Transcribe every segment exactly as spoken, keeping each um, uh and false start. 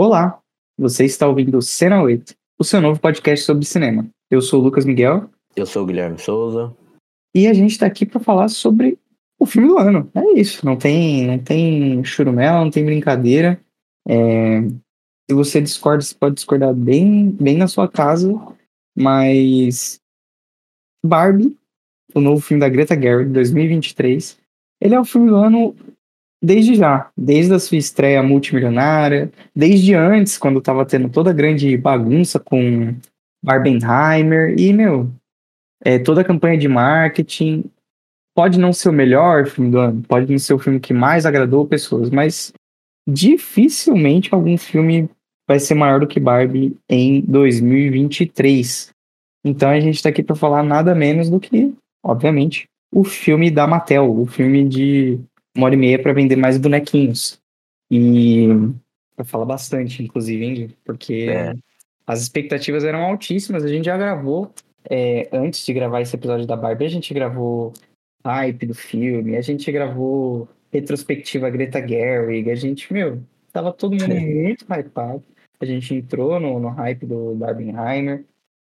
Olá, você está ouvindo o Cena oito, o seu novo podcast sobre cinema. Eu sou o Lucas Miguel. Eu sou o Guilherme Souza. E a gente está aqui para falar sobre o filme do ano. É isso, não tem, não tem churumela, não tem brincadeira. É, se você discorda, você pode discordar bem, bem na sua casa, mas Barbie, o novo filme da Greta Gerwig, de dois mil e vinte e três, ele é o filme do ano desde já, desde a sua estreia multimilionária, desde antes, quando tava tendo toda a grande bagunça com Barbenheimer, e, meu, é, toda a campanha de marketing. Pode não ser o melhor filme do ano, pode não ser o filme que mais agradou pessoas, mas dificilmente algum filme vai ser maior do que Barbie em dois mil e vinte e três. Então a gente tá aqui para falar nada menos do que, obviamente, o filme da Mattel, o filme de uma hora e meia para vender mais bonequinhos. E vai falar bastante, inclusive, hein, porque É. as expectativas eram altíssimas. A gente já gravou, é, antes de gravar esse episódio da Barbie, a gente gravou hype do filme, a gente gravou retrospectiva Greta Gerwig, a gente, meu, tava todo mundo muito hypado. A gente entrou no, no hype do Barbenheimer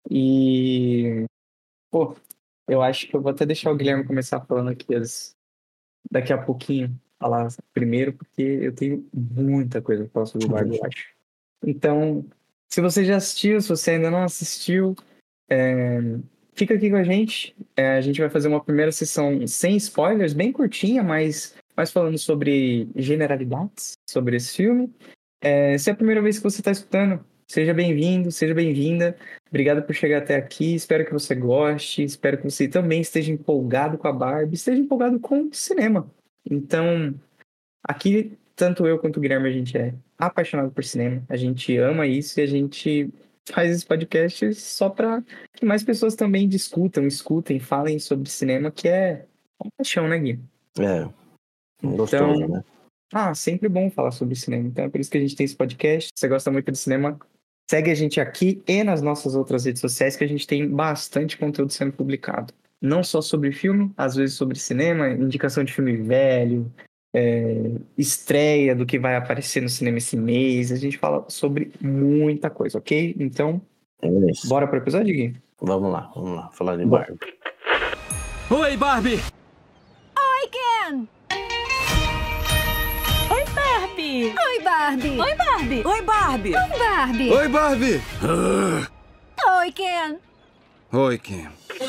e, pô, eu acho que eu vou até deixar o Guilherme começar falando aqui as, daqui a pouquinho, falar primeiro, porque eu tenho muita coisa pra falar sobre o Barbie, eu acho. Então, se você já assistiu, se você ainda não assistiu, é, fica aqui com a gente. É, a gente vai fazer uma primeira sessão sem spoilers, bem curtinha, mas, mas falando sobre generalidades sobre esse filme. É, se é a primeira vez que você está escutando, seja bem-vindo, seja bem-vinda. Obrigado por chegar até aqui. Espero que você goste. Espero que você também esteja empolgado com a Barbie, esteja empolgado com o cinema. Então, aqui, tanto eu quanto o Guilherme, a gente é apaixonado por cinema. A gente ama isso e a gente faz esse podcast só para que mais pessoas também discutam, escutem, falem sobre cinema, que é uma paixão, né, Gui? É, gostoso, Então, né? ah, sempre bom falar sobre cinema. Então é por isso que a gente tem esse podcast. Se você gosta muito de cinema, segue a gente aqui e nas nossas outras redes sociais, que a gente tem bastante conteúdo sendo publicado. Não só sobre filme, às vezes sobre cinema, indicação de filme velho, é, estreia do que vai aparecer no cinema esse mês. A gente fala sobre muita coisa, ok? Então, É isso. bora pro episódio, Gui? Vamos lá, vamos lá, falar de Bom. Barbie. Oi, Barbie! Oi, Ken! Oi, Barbie! Oi, Barbie! Oi, Barbie! Oi, Barbie! Oi, Barbie! Oi, Barbie! Oi, Ken! Oi, Ken.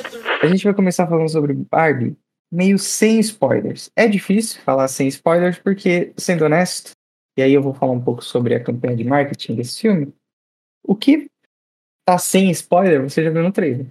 A gente vai começar falando sobre Barbie, meio sem spoilers. É difícil falar sem spoilers, porque, sendo honesto, e aí eu vou falar um pouco sobre a campanha de marketing desse filme, o que tá sem spoiler, você já viu no trailer.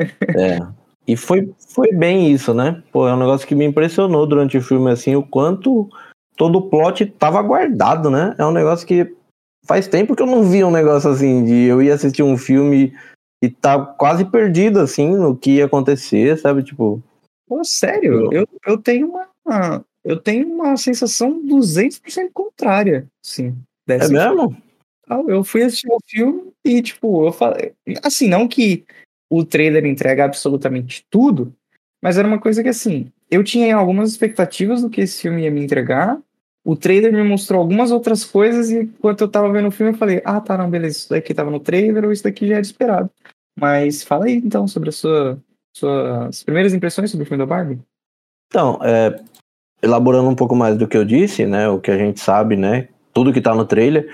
É. E foi, foi bem isso, né? Pô, é um negócio que me impressionou durante o filme, assim, o quanto todo o plot tava guardado, né? É um negócio que faz tempo que eu não vi um negócio assim, de eu ia assistir um filme e tá quase perdido, assim, no que ia acontecer, sabe? Tipo... Pô, sério, eu, eu tenho uma eu tenho uma sensação duzentos por cento contrária, sim. É mesmo? Eu fui assistir o filme e, tipo, eu falei... Assim, não que o trailer entrega absolutamente tudo, mas era uma coisa que, assim, eu tinha algumas expectativas do que esse filme ia me entregar. O trailer me mostrou algumas outras coisas e, enquanto eu tava vendo o filme, eu falei, ah, tá, não, beleza, isso daqui tava no trailer ou isso daqui já era esperado. Mas fala aí, então, sobre a sua, suas primeiras impressões sobre o filme da Barbie. Então, é, elaborando um pouco mais do que eu disse, né? O que a gente sabe, né? Tudo que tá no trailer...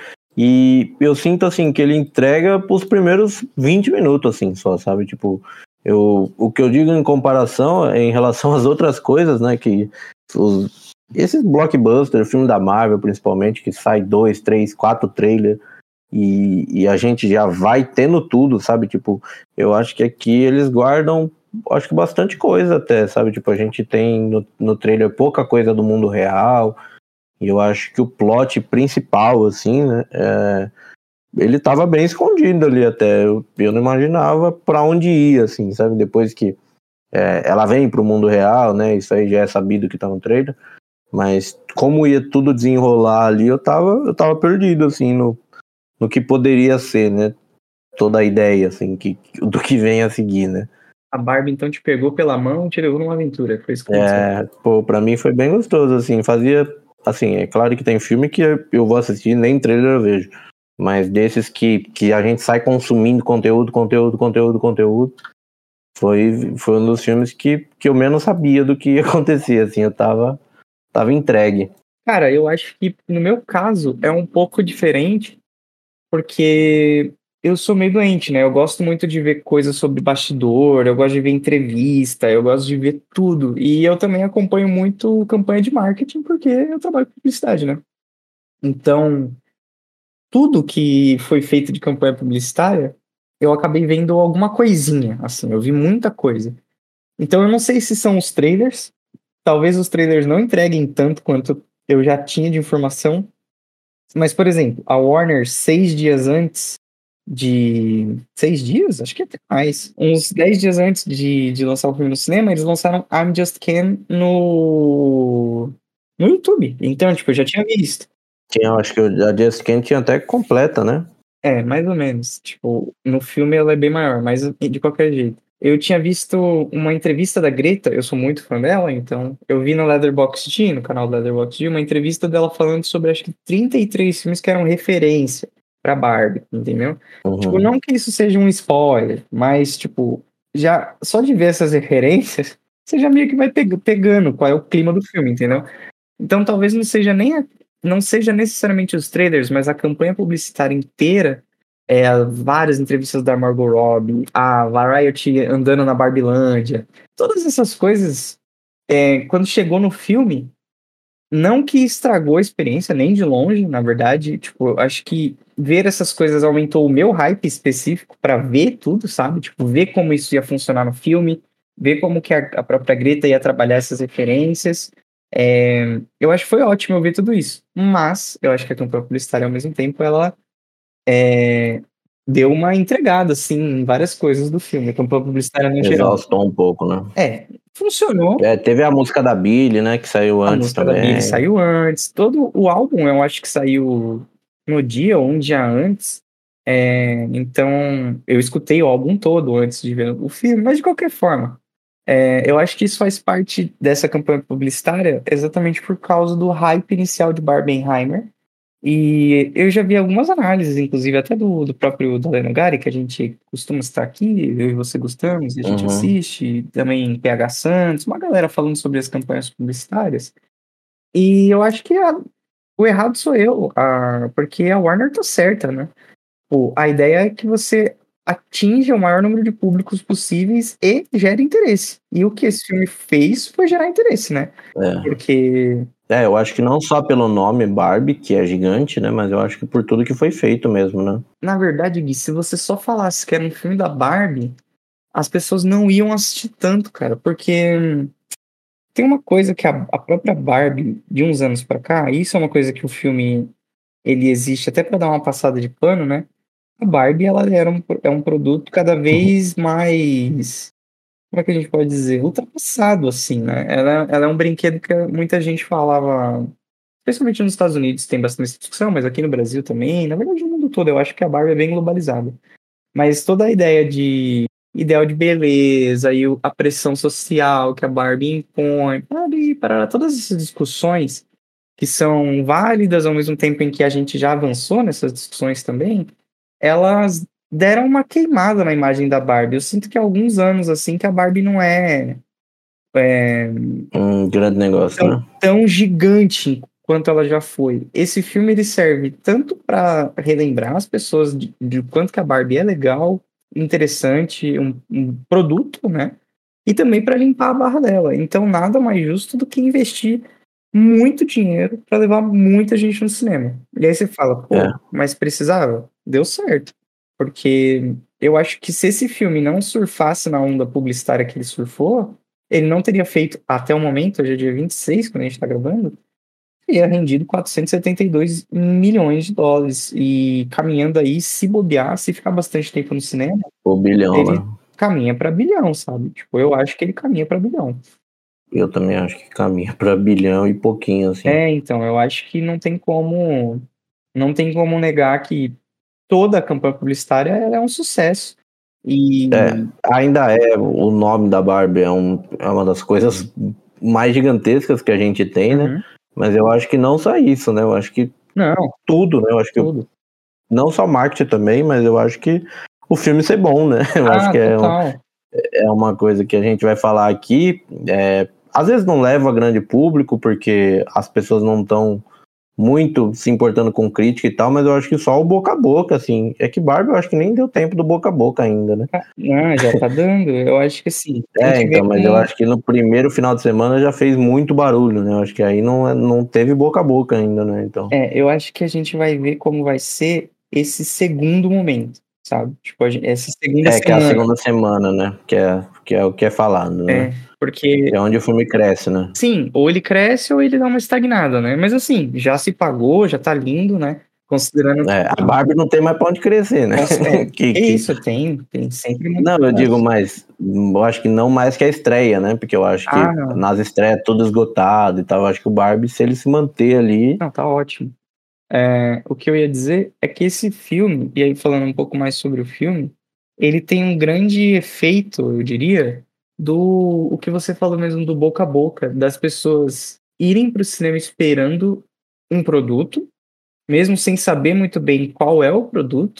E eu sinto, assim, que ele entrega pros primeiros vinte minutos, assim, só, sabe? Tipo, eu, o que eu digo em comparação é em relação às outras coisas, né? Que os, esses blockbusters, filme da Marvel, principalmente, que sai dois, três, quatro trailers e, e a gente já vai tendo tudo, sabe? Tipo, eu acho que aqui eles guardam, acho que bastante coisa até, sabe? Tipo, a gente tem no, no trailer pouca coisa do mundo real. E eu acho que o plot principal, assim, né, é, ele tava bem escondido ali até, eu, eu não imaginava pra onde ia, assim, sabe, depois que é, ela vem pro mundo real, né, isso aí já é sabido que tá no trailer, mas como ia tudo desenrolar ali, eu tava, eu tava perdido, assim, no, no que poderia ser, né, toda a ideia, assim, que, do que vem a seguir, né. A Barbie, então, te pegou pela mão e te levou numa aventura, foi isso que aconteceu. É, pô, pra mim foi bem gostoso, assim, fazia... Assim, é claro que tem filme que eu vou assistir, nem trailer eu vejo. Mas desses que, que a gente sai consumindo conteúdo, conteúdo, conteúdo, conteúdo, foi, foi um dos filmes que, que eu menos sabia do que ia acontecer, assim, eu tava, tava entregue. Cara, eu acho que no meu caso é um pouco diferente, porque eu sou meio doente, né? Eu gosto muito de ver coisas sobre bastidor, eu gosto de ver entrevista, eu gosto de ver tudo. E eu também acompanho muito campanha de marketing, porque eu trabalho com publicidade, né? Então, tudo que foi feito de campanha publicitária, eu acabei vendo alguma coisinha, assim, eu vi muita coisa. Então eu não sei se são os trailers, talvez os trailers não entreguem tanto quanto eu já tinha de informação, mas, por exemplo, a Warner, seis dias antes de... Seis dias? Acho que até mais. Uns dez dias antes de, de lançar o filme no cinema, eles lançaram I'm Just Ken no... no YouTube. Então, tipo, eu já tinha visto. Tinha, acho que a Just Ken tinha até completa, né? É, mais ou menos. Tipo, no filme ela é bem maior, mas de qualquer jeito. Eu tinha visto uma entrevista da Greta, eu sou muito fã dela, então eu vi no Letterboxd, no canal do Letterboxd, uma entrevista dela falando sobre acho que trinta e três filmes que eram referência pra Barbie, entendeu? Uhum. Tipo, não que isso seja um spoiler, mas, tipo, já só de ver essas referências, você já meio que vai peg- pegando qual é o clima do filme, entendeu? Então talvez não seja nem a- não seja necessariamente os trailers, mas a campanha publicitária inteira, é, várias entrevistas da Margot Robbie, a Variety andando na Barbilândia, todas essas coisas, é, quando chegou no filme, não que estragou a experiência, nem de longe, na verdade, tipo, eu acho que ver essas coisas aumentou o meu hype específico pra ver tudo, sabe? Tipo, ver como isso ia funcionar no filme, ver como que a, a própria Greta ia trabalhar essas referências. É, eu acho que foi ótimo eu ver tudo isso, mas eu acho que a campanha publicitária, ao mesmo tempo, ela é, deu uma entregada, assim, em várias coisas do filme, a campanha publicitária no geral. Exaustou um pouco, né? É, funcionou. É, teve a música da Billie, né, que saiu A antes música da também. Billie saiu antes. Todo o álbum, eu acho que saiu no dia ou um dia antes. É, então, eu escutei o álbum todo antes de ver o filme, mas de qualquer forma, é, eu acho que isso faz parte dessa campanha publicitária exatamente por causa do hype inicial de Barbenheimer. E eu já vi algumas análises, inclusive até do, do próprio Daleno Gari, que a gente costuma estar aqui, eu e você gostamos, e a gente Uhum. assiste, também P H Santos, uma galera falando sobre as campanhas publicitárias. E eu acho que a- o errado sou eu, a- porque a Warner tá certa, né? Pô, a ideia é que você atinja o maior número de públicos possíveis e gere interesse. E o que esse filme fez foi gerar interesse, né? É. Porque É, eu acho que não só pelo nome Barbie, que é gigante, né, mas eu acho que por tudo que foi feito mesmo, né? na verdade, Gui, se você só falasse que era um filme da Barbie, as pessoas não iam assistir tanto, cara, porque hum, tem uma coisa que a, a própria Barbie, de uns anos pra cá, e isso é uma coisa que o filme, ele existe até pra dar uma passada de pano, né? A Barbie, ela era um, pro- é um produto cada vez mais, como é que a gente pode dizer, ultrapassado, assim, né? Ela, ela é um brinquedo que muita gente falava, especialmente nos Estados Unidos tem bastante discussão, mas aqui no Brasil também, na verdade no mundo todo, eu acho que a Barbie é bem globalizada. Mas toda a ideia de ideal de beleza e o- a pressão social que a Barbie impõe, ali, para todas essas discussões que são válidas ao mesmo tempo em que a gente já avançou nessas discussões também, elas deram uma queimada na imagem da Barbie. Eu sinto que há alguns anos assim que a Barbie não é, é Um grande negócio, tão, né? tão gigante quanto ela já foi. Esse filme ele serve tanto para relembrar as pessoas de, de quanto que a Barbie é legal, interessante, um, um produto, né? E também para limpar a barra dela. Então nada mais justo do que investir muito dinheiro para levar muita gente no cinema. E aí você fala, pô, É. mas precisava? Deu certo. Porque eu acho que se esse filme não surfasse na onda publicitária que ele surfou, ele não teria feito, até o momento, hoje é dia vinte e seis, quando a gente tá gravando, teria rendido quatrocentos e setenta e dois milhões de dólares. E caminhando aí, se bobear, se ficar bastante tempo no cinema, O bilhão, ele né? caminha pra bilhão, sabe? Tipo, eu acho que ele caminha pra bilhão. Eu também acho que caminha pra bilhão e pouquinho, assim. É, então, eu acho que não tem como, não tem como negar que toda a campanha publicitária ela é um sucesso. E É, ainda é, o nome da Barbie é, um, é uma das coisas mais gigantescas que a gente tem, né? Uhum. Mas eu acho que não só isso, né? Eu acho que Não, tudo, né? Eu acho que tudo. não só marketing também, mas eu acho que o filme ser bom, né? Eu Ah, acho que é, um, total. é uma coisa que a gente vai falar aqui. É, às vezes não leva a grande público, porque as pessoas não estão muito se importando com crítica e tal, mas eu acho que só o boca a boca, assim. É que Barbie eu acho que nem deu tempo do boca a boca ainda, né? Ah, já tá dando. Eu acho que assim, tem É, que ver então, mas com... eu acho que no primeiro final de semana já fez muito barulho, né? Eu acho que aí não, é- não teve boca a boca ainda, né? Então. É, eu acho que a gente vai ver como vai ser esse segundo momento, sabe? Tipo, a gente- essa segunda É, que é a semana. segunda semana, né? Que é, que é o que é falado, né? É, porque, É onde o filme cresce, né? sim, ou ele cresce ou ele dá uma estagnada, né? Mas assim, já se pagou, já tá lindo, né? Considerando É, a que... Barbie não tem mais pra onde crescer, né? cons- É, que, que que... isso, tem, tem sempre muito Não, eu digo espaço. mais, eu acho que não mais que a estreia, né? Porque eu acho Ah, que não. nas estreias é tudo esgotado e tal. Eu acho que o Barbie, se ele se manter ali. Não, tá ótimo. É, o que eu ia dizer é que esse filme, e aí falando um pouco mais sobre o filme, ele tem um grande efeito, eu diria, do o que você falou mesmo do boca a boca, das pessoas irem para o cinema esperando um produto, mesmo sem saber muito bem qual é o produto,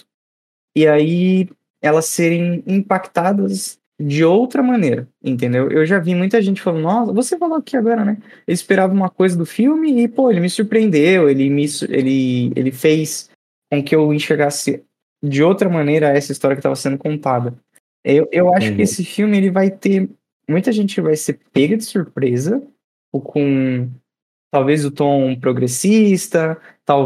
e aí elas serem impactadas de outra maneira, entendeu? Eu já vi muita gente falando, nossa, você falou aqui agora, né? Eu esperava uma coisa do filme e, pô, ele me surpreendeu, ele me, su- ele, ele fez com que eu enxergasse de outra maneira essa história que estava sendo contada. Eu, eu acho que Uhum. esse filme, ele vai ter, muita gente vai ser pega de surpresa, ou com talvez o tom progressista,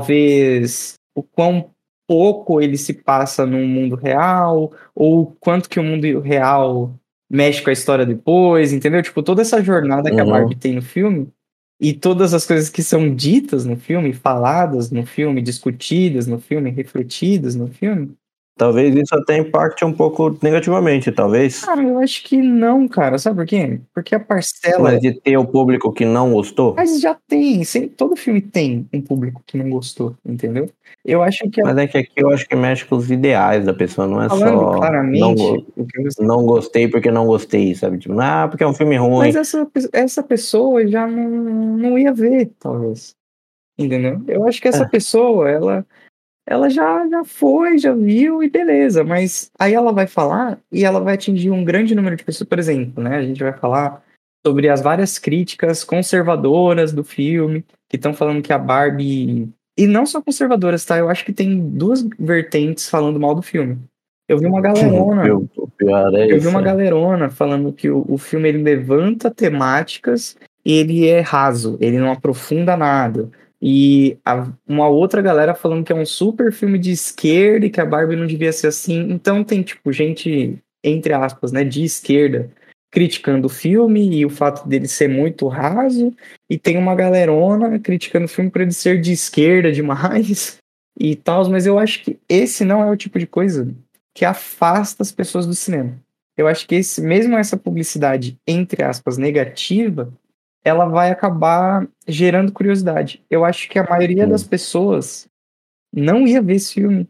talvez o quão pouco ele se passa no mundo real, ou quanto que o mundo real mexe com a história depois, entendeu? Tipo, toda essa jornada que a Barbie Uhum. tem no filme, e todas as coisas que são ditas no filme, faladas no filme, discutidas no filme, refletidas no filme. Talvez isso até impacte um pouco negativamente, talvez. Cara, eu acho que não, cara. Sabe por quê? Porque a parcela. Mas de ter o público que não gostou. Mas já tem, sempre, todo filme tem um público que não gostou, entendeu? Eu acho que, Mas é que aqui eu acho que mexe com os ideais da pessoa, não é falando só não, claramente, go- o que você... não gostei porque não gostei, sabe? Tipo, ah, porque é um filme Mas ruim. essa, pe- essa pessoa já não, não ia ver, talvez. Entendeu? Eu acho que essa É. pessoa, ela, ela já, já foi, já viu e beleza. Mas aí ela vai falar e ela vai atingir um grande número de pessoas. Por exemplo, né? A gente vai falar sobre as várias críticas conservadoras do filme, que estão falando que a Barbie. E não só conservadoras, tá? Eu acho que tem duas vertentes falando mal do filme. Eu vi uma galerona. O o pior é Eu vi isso. uma é. galerona falando que o, o filme ele levanta temáticas e ele é raso, ele não aprofunda nada. E a- uma outra galera falando que é um super filme de esquerda e que a Barbie não devia ser assim. Então tem, tipo, gente, entre aspas, né, de esquerda criticando o filme e o fato dele ser muito raso. E tem uma galerona criticando o filme por ele ser de esquerda demais e tal. Mas eu acho que esse não é o tipo de coisa que afasta as pessoas do cinema. Eu acho que esse, mesmo essa publicidade, entre aspas, negativa, ela vai acabar gerando curiosidade. Eu acho que a maioria das Hum. pessoas não ia ver esse filme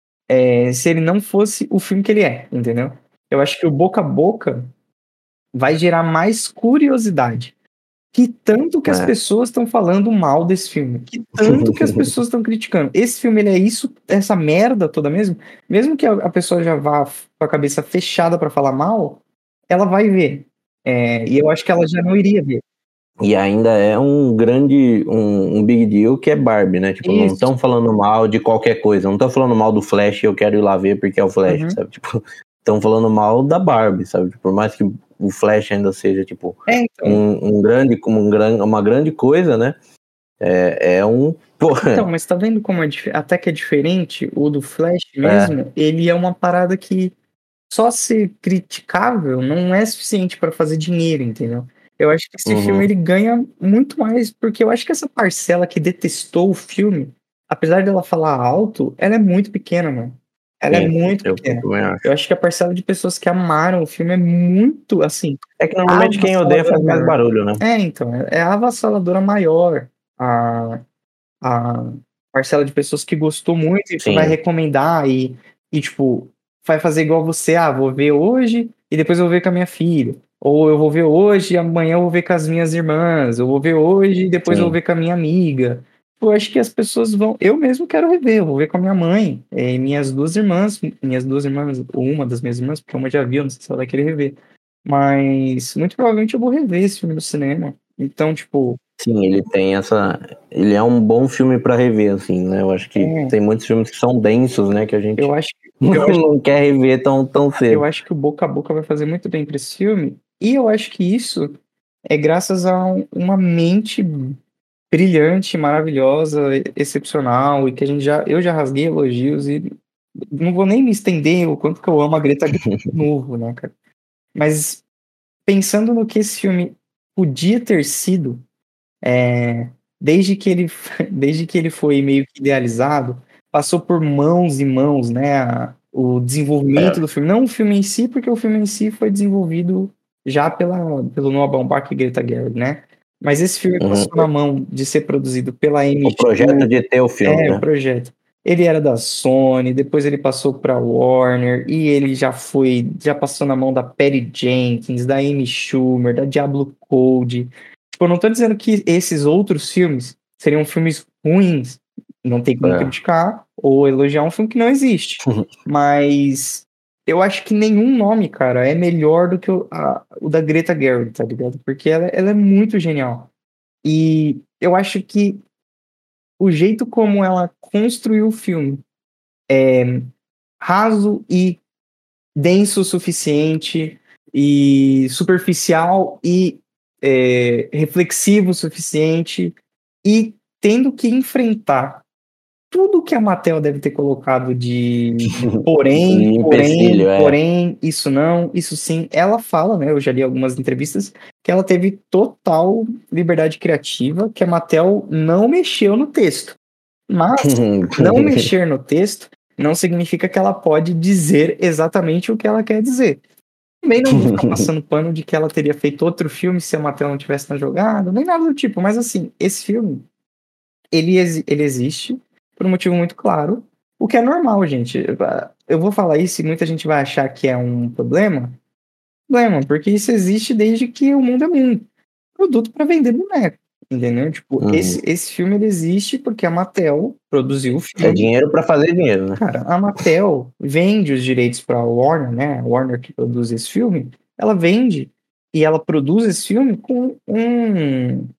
é, se ele não fosse o filme que ele é, entendeu? Eu acho que o boca a boca vai gerar mais curiosidade. Que tanto que as É. pessoas estão falando mal desse filme. Que tanto que as pessoas estão criticando. Esse filme, ele é isso, essa merda toda mesmo. Mesmo que a, a pessoa já vá com a cabeça fechada pra falar mal, ela vai ver. É, e eu acho que ela já não iria ver. E ainda é um grande, um, um big deal que é Barbie, né? Tipo, não Isso. estão falando mal de qualquer coisa. Não estão falando mal do Flash e eu quero ir lá ver porque é o Flash, Uhum. sabe? Tipo, estão falando mal da Barbie, sabe? Por mais que o Flash ainda seja, tipo, É, então. um, um grande, como um gran, uma grande coisa, né? É, é um... Pô, Então, mas tá vendo como é dif- até que é diferente o do Flash É. mesmo? Ele é uma parada que só ser criticável não é suficiente pra fazer dinheiro, entendeu? Eu acho que esse Uhum. filme ele ganha muito mais, porque eu acho que essa parcela que detestou o filme, apesar dela falar alto, ela é muito pequena, mano. Ela é sim, muito eu, pequena. eu também acho. Eu acho que a parcela de pessoas que amaram o filme é muito, assim, É que normalmente quem odeia faz mais barulho, né? é, então, é é a avassaladora maior a, a parcela de pessoas que gostou muito e que Sim. vai recomendar e, e, tipo, vai fazer igual você, ah, vou ver hoje e depois eu vou ver com a minha filha. Ou eu vou ver hoje e amanhã eu vou ver com as minhas irmãs. Eu vou ver hoje e depois Sim. eu vou ver com a minha amiga. eu acho que as pessoas vão. Eu mesmo quero rever, eu vou ver com a minha mãe, é, e minhas duas irmãs, minhas duas irmãs, ou uma das minhas irmãs, porque uma já viu, não sei se ela vai querer rever. Mas muito provavelmente eu vou rever esse filme no cinema. Então, tipo, Sim, ele tem essa. Ele é um bom filme pra rever, assim, né? Eu acho que É. tem muitos filmes que são densos, né? Que a gente eu acho que não, eu acho, não quer rever tão, tão cedo. eu acho que o boca a boca vai fazer muito bem pra esse filme. E eu acho que isso é graças a um- uma mente brilhante, maravilhosa, e- excepcional, e que a gente já, eu já rasguei elogios e não vou nem me estender o quanto que eu amo a Greta Gerwig de novo, né, cara? Mas pensando no que esse filme podia ter sido, é, desde que ele, desde que ele foi meio que idealizado, passou por mãos e mãos, né, a- o desenvolvimento É. do filme. Não o filme em si, porque o filme em si foi desenvolvido já pela, pelo Noah Baumbach e Greta Gerwig, né? Mas esse filme Uhum. passou na mão de ser produzido pela M O projeto de ter o filme, é, o né? projeto. Ele era da Sony, depois ele passou para Warner e ele já foi, já passou na mão da Patty Jenkins, da Amy Schumer, da Diablo Code. Tipo, eu não tô dizendo que esses outros filmes seriam filmes ruins, não tem como É. criticar ou elogiar um filme que não existe. Mas eu acho que nenhum nome, cara, é melhor do que o, a- o da Greta Gerwig, tá ligado? Porque ela, ela é muito genial. E eu acho que o jeito como ela construiu o filme é raso e denso o suficiente, e superficial e é, reflexivo o suficiente, e tendo que enfrentar tudo que a Mattel deve ter colocado de, de porém, De porém, empecilho, é. porém, isso não, isso sim. Ela fala, né? Eu já li algumas entrevistas que ela teve total liberdade criativa, que a Mattel não mexeu no texto. Mas não mexer no texto não significa que ela pode dizer exatamente o que ela quer dizer. Também não vou ficar passando pano de que ela teria feito outro filme se a Mattel não tivesse na jogada, nem nada do tipo. Mas assim, esse filme, ele, exi- ele existe por um motivo muito claro, o que é normal, gente. Eu vou falar isso e muita gente vai achar que é um problema. Problema, porque isso existe desde que o mundo é mundo. Produto para vender boneco, entendeu? Tipo, Uhum. esse, esse filme ele existe porque a Mattel produziu o É filme. dinheiro pra fazer dinheiro, né? Cara, a Mattel vende os direitos para a Warner, né? A Warner que produz esse filme, ela vende e ela produz esse filme com um,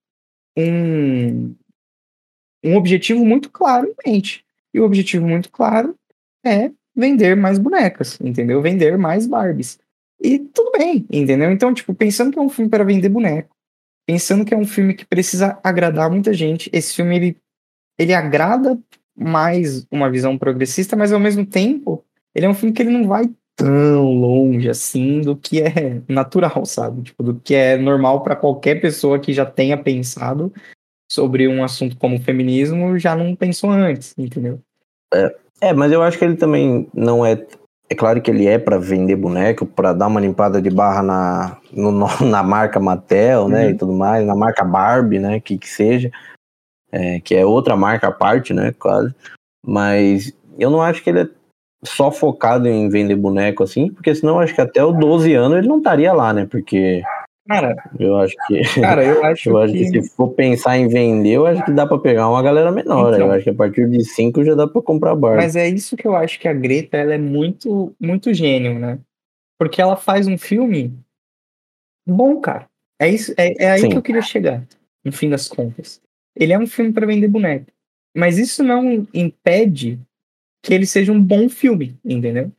um, um objetivo muito claro em mente. E o objetivo muito claro é vender mais bonecas, entendeu? Vender mais Barbies. E tudo bem, entendeu? Então, tipo, pensando que é um filme para vender boneco, pensando que é um filme que precisa agradar muita gente, esse filme ele, ele agrada mais uma visão progressista, mas ao mesmo tempo, ele é um filme que ele não vai tão longe assim do que é natural, sabe? Tipo, do que é normal para qualquer pessoa que já tenha pensado sobre um assunto como o feminismo, já não pensou antes, entendeu? É, mas eu acho que ele também não é. É claro que ele é pra vender boneco, pra dar uma limpada de barra na, no- na marca Mattel, né, Uhum. e tudo mais, na marca Barbie, né, que que seja, é, que é outra marca à parte, né, quase. Mas eu não acho que ele é só focado em vender boneco assim, porque senão eu acho que até os doze anos ele não estaria lá, né, porque Cara, eu acho que cara, eu acho eu acho que que se for pensar em vender, eu acho que dá pra pegar uma galera menor. Então. Eu acho que a partir de cinco já dá pra comprar Barbie. Mas é isso que eu acho que a Greta, ela é muito, muito gênio, né? Porque ela faz um filme bom, cara. É isso, é, é aí que eu Sim. queria chegar, no fim das contas. Ele é um filme para vender boneco. Mas isso não impede que ele seja um bom filme, entendeu?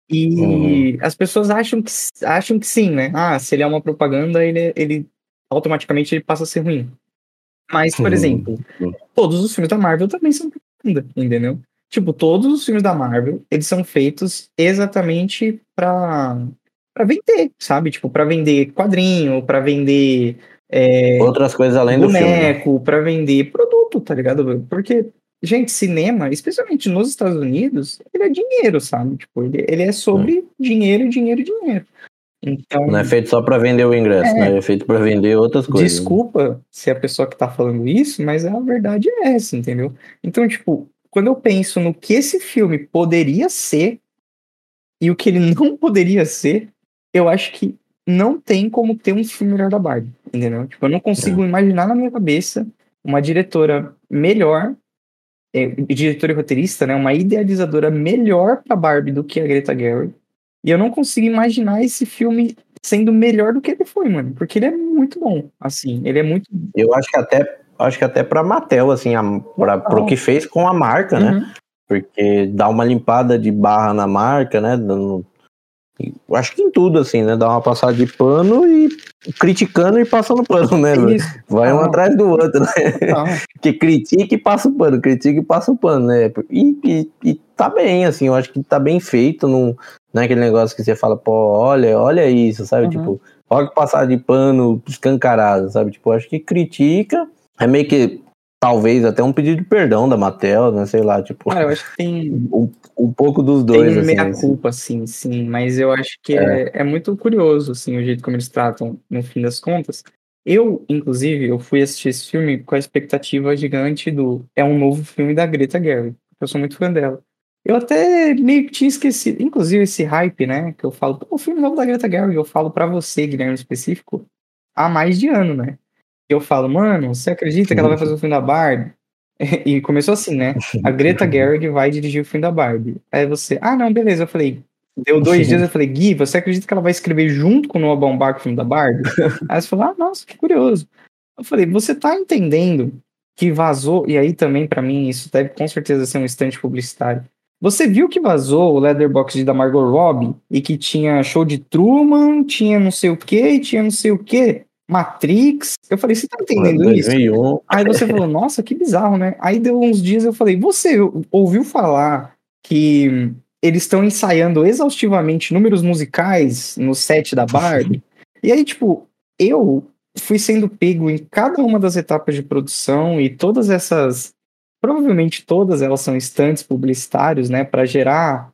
E as pessoas acham que, acham que sim, né? Ah, se ele é uma propaganda, ele, ele automaticamente ele passa a ser ruim. Mas, por exemplo, todos os filmes da Marvel também são propaganda, entendeu? Tipo, todos os filmes da Marvel, eles são feitos exatamente pra, pra vender, sabe? Tipo, pra vender quadrinho, pra vender é, Outras coisas além do filme, né? boneco, pra vender produto, tá ligado? Porque, gente, cinema, especialmente nos Estados Unidos, ele é dinheiro, sabe? Tipo, ele, ele é sobre dinheiro, dinheiro, dinheiro. Então, Não é feito só pra vender o ingresso, É. né? É feito pra vender outras coisas. desculpa se a pessoa que tá falando isso, mas a verdade é essa, entendeu? Então, tipo, quando eu penso no que esse filme poderia ser e o que ele não poderia ser, eu acho que não tem como ter um filme melhor da Barbie, entendeu? Tipo, eu não consigo imaginar na minha cabeça uma diretora melhor, é, diretora e roteirista, né? Uma idealizadora melhor pra Barbie do que a Greta Gerwig. E eu não consigo imaginar esse filme sendo melhor do que ele foi, mano. Porque ele é muito bom, assim. Ele é muito... Eu acho que até, acho que até pra Mattel, assim, a, pra, pro que fez com a marca, né? Uhum. Porque dá uma limpada de barra na marca, né? Dando, eu acho que em tudo, assim, né? Dá uma passada de pano e criticando e passando pano, né? Isso. Vai um Ah, atrás do outro, né? não. Que critica e passa o pano, critica e passa o pano, né? E, e, e tá bem, assim, eu acho que tá bem feito, não, não é aquele negócio que você fala, pô, olha, olha isso, sabe? Uhum. Tipo, olha que passar de pano escancarado, sabe? Tipo, eu acho que critica, é meio que talvez até um pedido de perdão da Mattel, né? Sei lá, tipo, Cara, eu acho que tem, um, um pouco dos dois, tem assim. meia-culpa, sim, sim. Mas eu acho que é. É, é muito curioso, assim, o jeito como eles tratam, no fim das contas. Eu, inclusive, eu fui assistir esse filme com a expectativa gigante do... É um novo filme da Greta Gerwig. Eu sou muito fã dela. Eu até meio que tinha esquecido, inclusive esse hype, né? Que eu falo, pô, o filme novo da Greta Gerwig, eu falo pra você, Guilherme, em específico, há mais de ano, né? Eu falo, mano, você acredita que ela vai fazer o filme da Barbie? E começou assim, né? A Greta Gerwig vai dirigir o filme da Barbie. Aí você, ah, não, beleza. Eu falei, deu dois dias, eu falei, Gui, você acredita que ela vai escrever junto com o Noah Baumbach o filme da Barbie? Aí você falou, ah, nossa, que curioso. Eu falei, você tá entendendo que vazou, e aí também, pra mim, isso deve com certeza ser um instante publicitário. Você viu que vazou o Letterboxd da Margot Robbie e que tinha show de Truman, tinha não sei o que, tinha não sei o que, Matrix. Eu falei, você tá entendendo isso? dois mil e um. Aí você falou, nossa, que bizarro, né? Aí deu uns dias eu falei, você ouviu falar que eles estão ensaiando exaustivamente números musicais no set da Barbie? E aí, tipo, eu fui sendo pego em cada uma das etapas de produção e todas essas, provavelmente todas elas são instantes publicitários, né, para gerar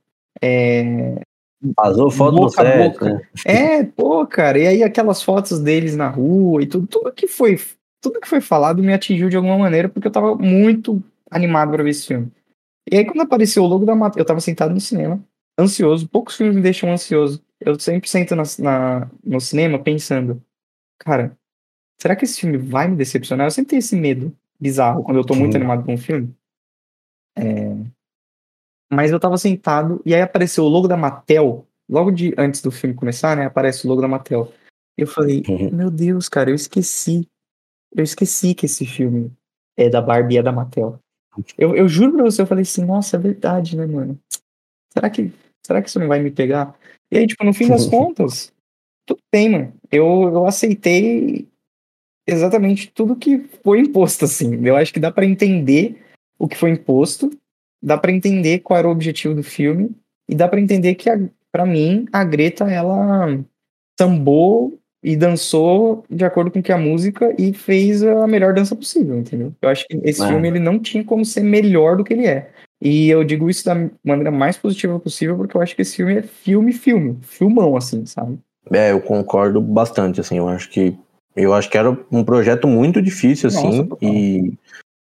é, Vazou foto do boca a set, boca. né? É, pô, cara, e aí aquelas fotos deles na rua e tudo, tudo que foi, tudo que foi falado me atingiu de alguma maneira porque eu tava muito animado para ver esse filme. E aí quando apareceu o logo da Mattel, eu tava sentado no cinema, ansioso, poucos filmes me deixam ansioso. Eu sempre sento na, na- no cinema pensando, cara, será que esse filme vai me decepcionar? Eu sempre tenho esse medo bizarro quando eu tô muito animado com um filme. Mas eu tava sentado e aí apareceu o logo da Mattel, logo de antes do filme começar, né? Aparece o logo da Mattel. Eu falei, meu Deus, cara, eu esqueci. Eu esqueci que esse filme é da Barbie e é da Mattel. Eu, eu juro pra você, eu falei assim, nossa, é verdade, né, mano? Será que, será que isso não vai me pegar? E aí, tipo, no fim das contas, tudo bem, mano. Eu, eu aceitei exatamente tudo que foi imposto, assim. Eu acho que dá pra entender o que foi imposto, dá pra entender qual era o objetivo do filme, e dá pra entender que, a, pra mim, a Greta, ela sambou e dançou de acordo com que a música e fez a melhor dança possível, entendeu? Eu acho que esse É. filme, ele não tinha como ser melhor do que ele é. E eu digo isso da maneira mais positiva possível, porque eu acho que esse filme é filme-filme, filmão, assim, sabe? É, eu concordo bastante, assim, eu acho que eu acho que era um projeto muito difícil, Nossa, assim, total. e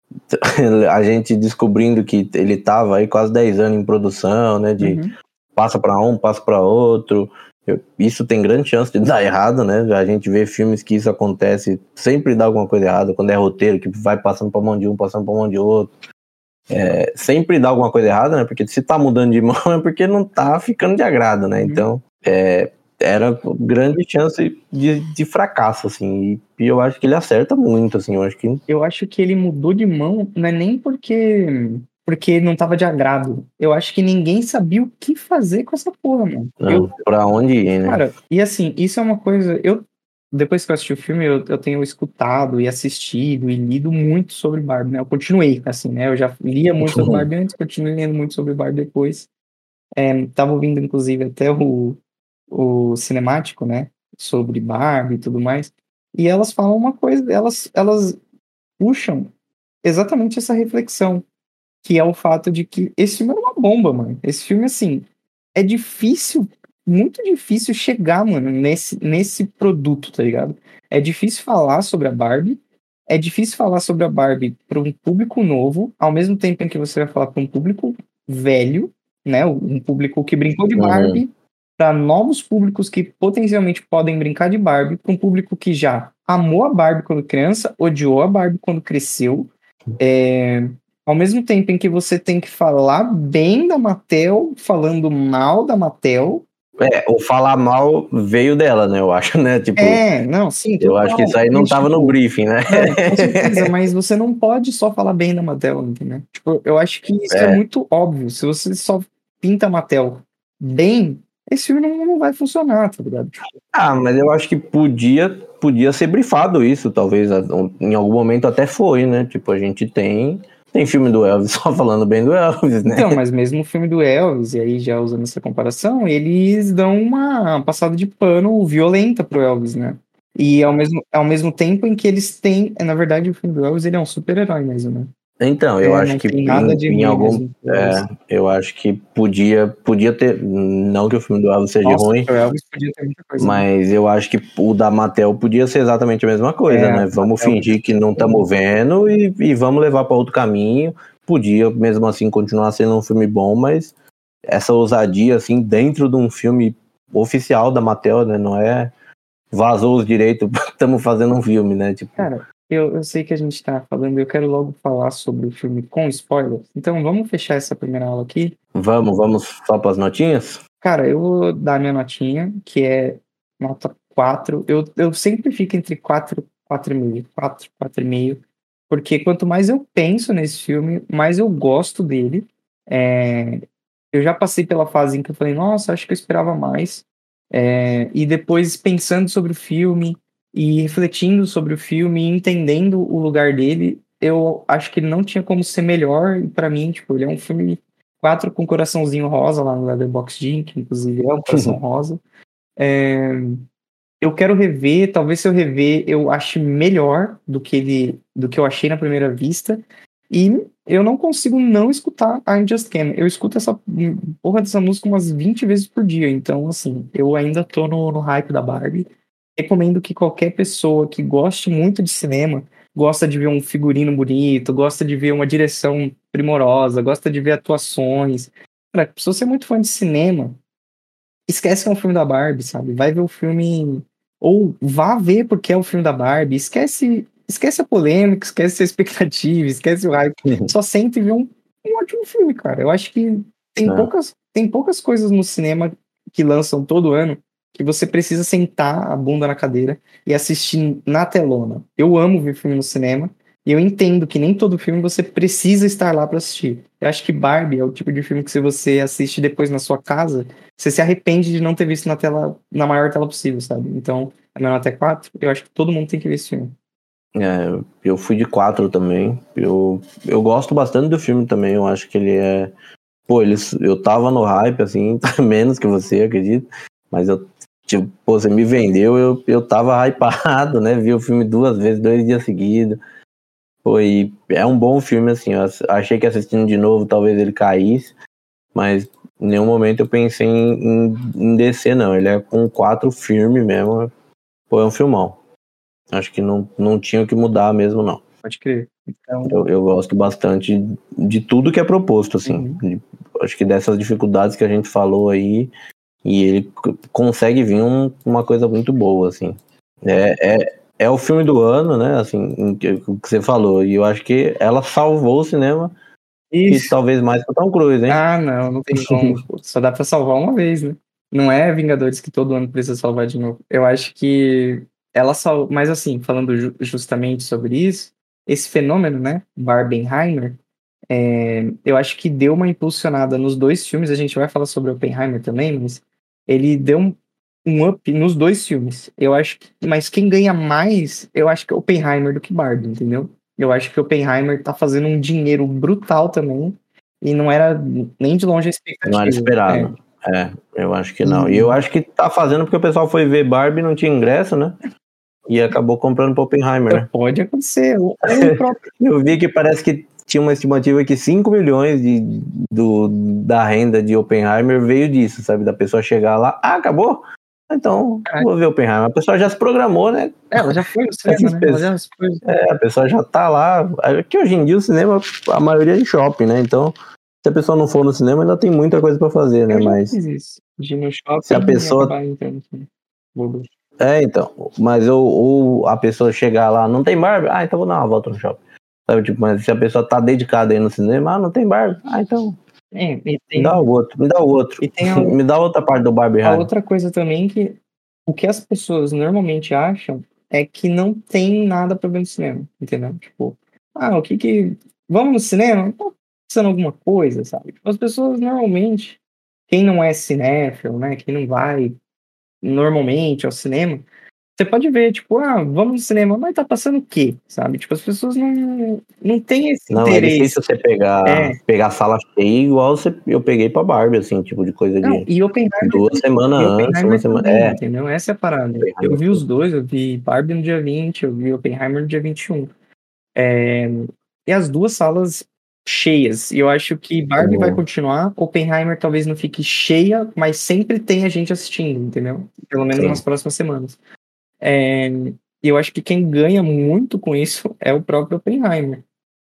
a gente descobrindo que ele tava aí quase dez anos em produção, né, de Uhum. passa pra um, passa pra outro, eu- isso tem grande chance de dar errado, né, a gente vê filmes que isso acontece, sempre dá alguma coisa errada, quando é roteiro, que vai passando pra mão de um, passando pra mão de outro, é, sempre dá alguma coisa errada, né, porque se tá mudando de mão é porque não tá ficando de agrado, né, Uhum. então, é, era grande chance de, de fracasso, assim, e, e eu acho que ele acerta muito, assim, eu acho que Eu acho que ele mudou de mão, não é nem porque porque não tava de agrado. Eu acho que ninguém sabia o que fazer com essa porra, mano. Eu, não, pra onde ir, né? cara, e assim, isso é uma coisa. Eu, depois que eu assisti o filme, eu, eu tenho escutado e assistido e lido muito sobre Barbie, né? Eu continuei, assim, né? Eu já lia muito sobre Barbie antes, continuei lendo muito sobre Barbie depois. É, tava ouvindo, inclusive, até o, o cinemático, né? Sobre Barbie e tudo mais. E elas falam uma coisa, elas, elas puxam exatamente essa reflexão, que é o fato de que esse filme era uma bomba, mano. Esse filme, assim, é difícil, muito difícil chegar, mano, nesse, nesse produto, tá ligado? É difícil falar sobre a Barbie, é difícil falar sobre a Barbie para um público novo, ao mesmo tempo em que você vai falar para um público velho, né? Um público que brincou de Uhum. Barbie, para novos públicos que potencialmente podem brincar de Barbie, para um público que já amou a Barbie quando criança, odiou a Barbie quando cresceu. É, ao mesmo tempo em que você tem que falar bem da Mattel, falando mal da Mattel. É, o falar mal veio dela, né? Eu acho, né? Tipo, é, não, sim. Eu acho que isso aí não tava tipo, no briefing, né? Não, com certeza, mas você não pode só falar bem da Mattel, entendeu? Tipo, eu acho que isso é, é muito óbvio. Se você só pinta a Mattel bem, esse filme não, não vai funcionar, tá ligado? Ah, mas eu acho que podia, podia ser brifado isso, talvez. Em algum momento até foi, né? Tipo, a gente tem... Tem filme do Elvis só falando bem do Elvis, né? Então, mas mesmo o filme do Elvis, e aí já usando essa comparação, eles dão uma passada de pano violenta pro Elvis, né? E ao mesmo, ao mesmo tempo em que eles têm... Na verdade, o filme do Elvis, ele é um super-herói mesmo, né? Então, eu é, acho que em, em algum... É, eu acho que podia, podia ter... Não que o filme do Elvis seja Nossa, ruim, o Elvis podia ter muita coisa, mas né? Eu acho que o da Mattel podia ser exatamente a mesma coisa, é, né? Vamos fingir que não estamos vendo e, e vamos levar para outro caminho. Podia, mesmo assim, continuar sendo um filme bom, mas essa ousadia, assim, dentro de um filme oficial da Mattel, né? Não é vazou os direitos, estamos fazendo um filme, né? Tipo... Cara, eu, eu sei que a gente tá falando, eu quero logo falar sobre o filme com spoilers. Então, vamos fechar essa primeira aula aqui? Vamos, vamos só para as notinhas? Cara, eu vou dar minha notinha, que é nota quatro. Eu, eu sempre fico entre quatro, quatro e meio, quatro, quatro e meio, porque quanto mais eu penso nesse filme, mais eu gosto dele. É, eu já passei pela fase em que eu falei, nossa, acho que eu esperava mais. É, e depois pensando sobre o filme e refletindo sobre o filme e entendendo o lugar dele, eu acho que ele não tinha como ser melhor. E pra mim, tipo, ele é um filme quatro com coraçãozinho rosa lá no Letterboxd, que inclusive é um coração rosa. É, eu quero rever, talvez se eu rever eu ache melhor do que ele, do que eu achei na primeira vista. E eu não consigo não escutar I'm Just Ken. Eu escuto essa porra dessa música umas vinte vezes por dia. Então, assim, eu ainda tô no, no hype da Barbie. Recomendo que qualquer pessoa que goste muito de cinema, gosta de ver um figurino bonito, gosta de ver uma direção primorosa, gosta de ver atuações. Cara, se você é muito fã de cinema, esquece que é um filme da Barbie, sabe? Vai ver o filme... Ou vá ver porque é o filme da Barbie. Esquece... Esquece a polêmica, esquece a expectativa, esquece o hype. Só sente e vê um, um ótimo filme, cara. Eu acho que tem poucas, tem poucas coisas no cinema que lançam todo ano que você precisa sentar a bunda na cadeira e assistir na telona. Eu amo ver filme no cinema e eu entendo que nem todo filme você precisa estar lá para assistir. Eu acho que Barbie é o tipo de filme que se você assiste depois na sua casa, você se arrepende de não ter visto na tela, na maior tela possível, sabe? Então, a minha nota é quatro, eu acho que todo mundo tem que ver esse filme. É, eu fui de quatro também. Eu, eu gosto bastante do filme também. Eu acho que ele é. Pô, ele, eu tava no hype, assim, menos que você, acredito. Mas eu, tipo, pô, você me vendeu, eu, eu tava hypado, né? Vi o filme duas vezes, dois dias seguidos. Pô, e é um bom filme, assim. Eu achei que assistindo de novo talvez ele caísse, mas em nenhum momento eu pensei em, em, em descer, não. Ele é com quatro firme mesmo. Pô, é um filmão. Acho que não, não tinha o que mudar mesmo, não. Pode crer. Então... Eu, eu gosto bastante de tudo que é proposto, assim. Uhum. De, acho que dessas dificuldades que a gente falou aí, e ele consegue vir um, uma coisa muito boa, assim. É, é, é o filme do ano, né, assim, o que, que você falou. E eu acho que ela salvou o cinema. Isso. E talvez mais que o Tom Cruise, hein? Ah, não, não tem como. Só dá pra salvar uma vez, né? Não é Vingadores que todo ano precisa salvar de novo. Eu acho que ela só, mas assim, falando ju- justamente sobre isso, esse fenômeno, né, Barbenheimer, é, eu acho que deu uma impulsionada nos dois filmes. A gente vai falar sobre Oppenheimer também, mas ele deu um, um up nos dois filmes. Eu acho que, mas quem ganha mais, eu acho que é Oppenheimer do que Barbie, entendeu? Eu acho que Oppenheimer tá fazendo um dinheiro brutal também e não era nem de longe a expectativa. Não era esperado. É, é eu acho que não. Hum. E eu acho que tá fazendo porque o pessoal foi ver Barbie e não tinha ingresso, né? E acabou comprando para Oppenheimer, né? Pode acontecer. Eu vi que parece que tinha uma estimativa que cinco milhões de, do, da renda de Oppenheimer veio disso, sabe? Da pessoa chegar lá, ah, acabou? Então, Caraca. Vou ver Oppenheimer. A pessoa já se programou, né? É, ela já foi no cinema, né? Ela já foi. É, a pessoa já tá lá. Aqui hoje em dia o cinema, a maioria é em shopping, né? Então, se a pessoa não for no cinema, ainda tem muita coisa pra fazer, né? Eu Mas fiz isso. De ir no shopping Se a e pessoa- acabar entrando assim. Bobo. É, então. Mas ou, ou a pessoa chegar lá, não tem Barbie? Ah, então vou dar uma volta no shopping. Sabe, tipo, mas se a pessoa tá dedicada aí no cinema, ah, não tem Barbie? Ah, então É, e me tem dá o outro, me dá o outro. E tem a- Me dá outra parte do Barbie a Rádio. outra coisa também que o que as pessoas normalmente acham é que não tem nada pra ver no cinema, entendeu? Tipo, ah, o que que... Vamos no cinema? Tá pensando alguma coisa, sabe? Tipo, as pessoas normalmente, quem não é cinéfilo, né? Quem não vai normalmente ao cinema, você pode ver, tipo, ah, vamos no cinema, mas tá passando o quê, sabe? Tipo, as pessoas não, não têm esse Não, é interesse. difícil você pegar, É. pegar a sala cheia igual você, eu peguei pra Barbie, assim, tipo de coisa Não, de e Oppenheimer duas semanas E antes, uma Oppenheimer semana. também, É, entendeu? Essa é a parada. Oppenheimer Eu vi os dois, eu vi Barbie no dia vinte, eu vi Oppenheimer no dia vinte e um. É, e as duas salas cheias. E eu acho que Barbie Uhum. vai continuar, Oppenheimer talvez não fique cheia, mas sempre tem a gente assistindo, entendeu? Pelo menos Sim. nas próximas semanas. É, e eu acho que quem ganha muito com isso é o próprio Oppenheimer.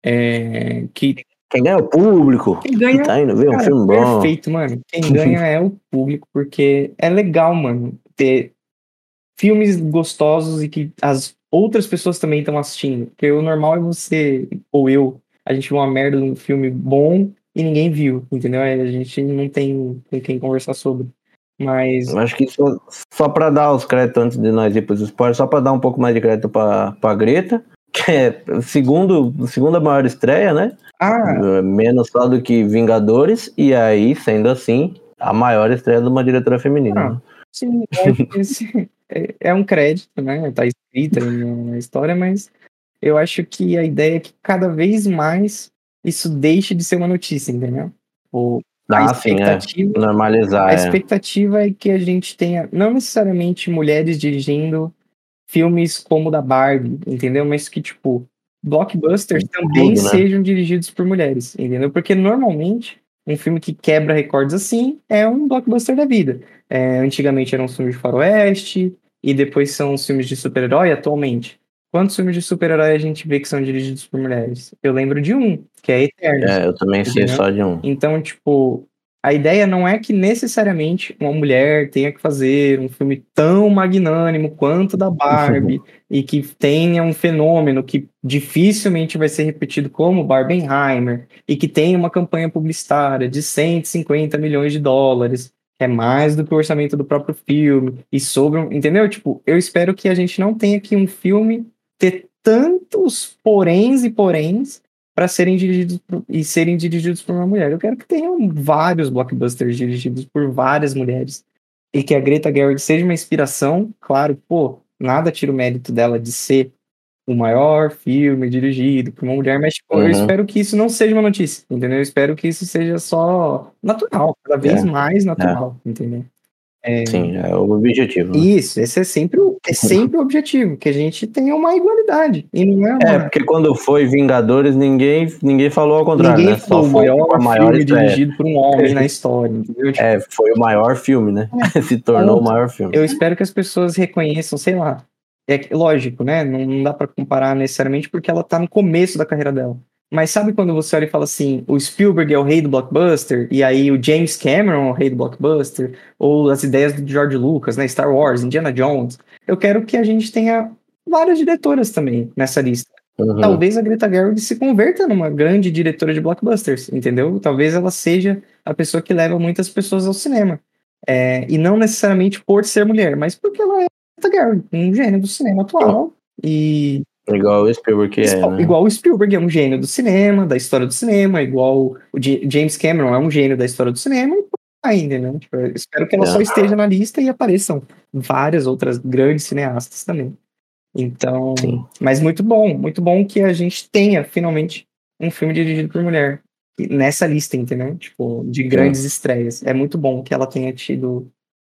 É, que Quem ganha é o público. quem ganha, que tá indo ver um cara, filme bom. perfeito, mano. Quem ganha é o público, porque é legal, mano, ter filmes gostosos e que as outras pessoas também estão assistindo. Porque o normal é você, ou eu, a gente vê uma merda de um filme bom e ninguém viu, entendeu? Aí a gente não tem com quem conversar sobre. Mas, Eu acho que só, só pra dar os créditos antes de nós ir pros spoilers, só pra dar um pouco mais de crédito pra, pra Greta, que é segundo, segunda maior estreia, né? ah, Menos só do que Vingadores, e aí, sendo assim, a maior estreia de uma diretora feminina. ah Né? sim, eu acho que esse é, é um crédito, né? Tá escrito aí na história, mas eu acho que a ideia é que cada vez mais isso deixe de ser uma notícia, entendeu? O, a Ah, sim, é. expectativa, Normalizar, a é. expectativa é que a gente tenha, não necessariamente mulheres dirigindo filmes como o da Barbie, entendeu? Mas que, tipo, blockbusters também Tudo, né? sejam dirigidos por mulheres, entendeu? Porque normalmente um filme que quebra recordes assim é um blockbuster da vida. É, antigamente eram filmes de faroeste, e depois são os filmes de super-herói atualmente. Quantos filmes de super-herói a gente vê que são dirigidos por mulheres? Eu lembro de um, que é Eternos. É, eu também sei Entendeu? só de um. Então, tipo, a ideia não é que necessariamente uma mulher tenha que fazer um filme tão magnânimo quanto da Barbie e que tenha um fenômeno que dificilmente vai ser repetido como Barbenheimer e que tenha uma campanha publicitária de cento e cinquenta milhões de dólares, que é mais do que o orçamento do próprio filme e sobre, um- entendeu? Tipo, eu espero que a gente não tenha que um filme ter tantos poréns e poréns para serem dirigidos por- e serem dirigidos por uma mulher. Eu quero que tenham vários blockbusters dirigidos por várias mulheres e que a Greta Gerwig seja uma inspiração. Claro, pô, nada tira o mérito dela de ser o maior filme dirigido por uma mulher, mas tipo, eu Uhum. espero que isso não seja uma notícia, entendeu? Eu espero que isso seja só natural, cada vez É, mais natural, entendeu? É, Sim, é o objetivo. Né? isso, esse é sempre, o- é sempre o objetivo, que a gente tenha uma igualdade. E não é É, uma. porque quando foi Vingadores, ninguém, ninguém falou ao contrário, Ninguém né? Só falou o foi maior tipo, a maior filme estreia. dirigido por um homem na história, entendeu? Tipo, É, foi o maior filme, né? Se tornou o ponto. maior filme. Eu espero que as pessoas reconheçam, sei lá. É que- lógico, né? Não, não dá pra comparar necessariamente porque ela tá no começo da carreira dela. Mas sabe quando você olha e fala assim, o Spielberg é o rei do blockbuster, e aí o James Cameron é o rei do blockbuster, ou as ideias do George Lucas, né? Star Wars, Indiana Jones. Eu quero que a gente tenha várias diretoras também nessa lista. Uhum. Talvez a Greta Gerwig se converta numa grande diretora de blockbusters, entendeu? Talvez ela seja a pessoa que leva muitas pessoas ao cinema. É, e não necessariamente por ser mulher, mas porque ela é a Greta Gerwig, um gênio do cinema atual. E Igual o Spielberg que é, né? igual o Spielberg é um gênio do cinema, da história do cinema, igual o J- James Cameron é um gênio da história do cinema, e por aí, né? Tipo, eu espero que ela só É. esteja na lista e apareçam várias outras grandes cineastas também. Então, Sim. mas muito bom, muito bom que a gente tenha finalmente um filme dirigido por mulher e nessa lista, entendeu? Tipo, de grandes estreias. É muito bom que ela tenha tido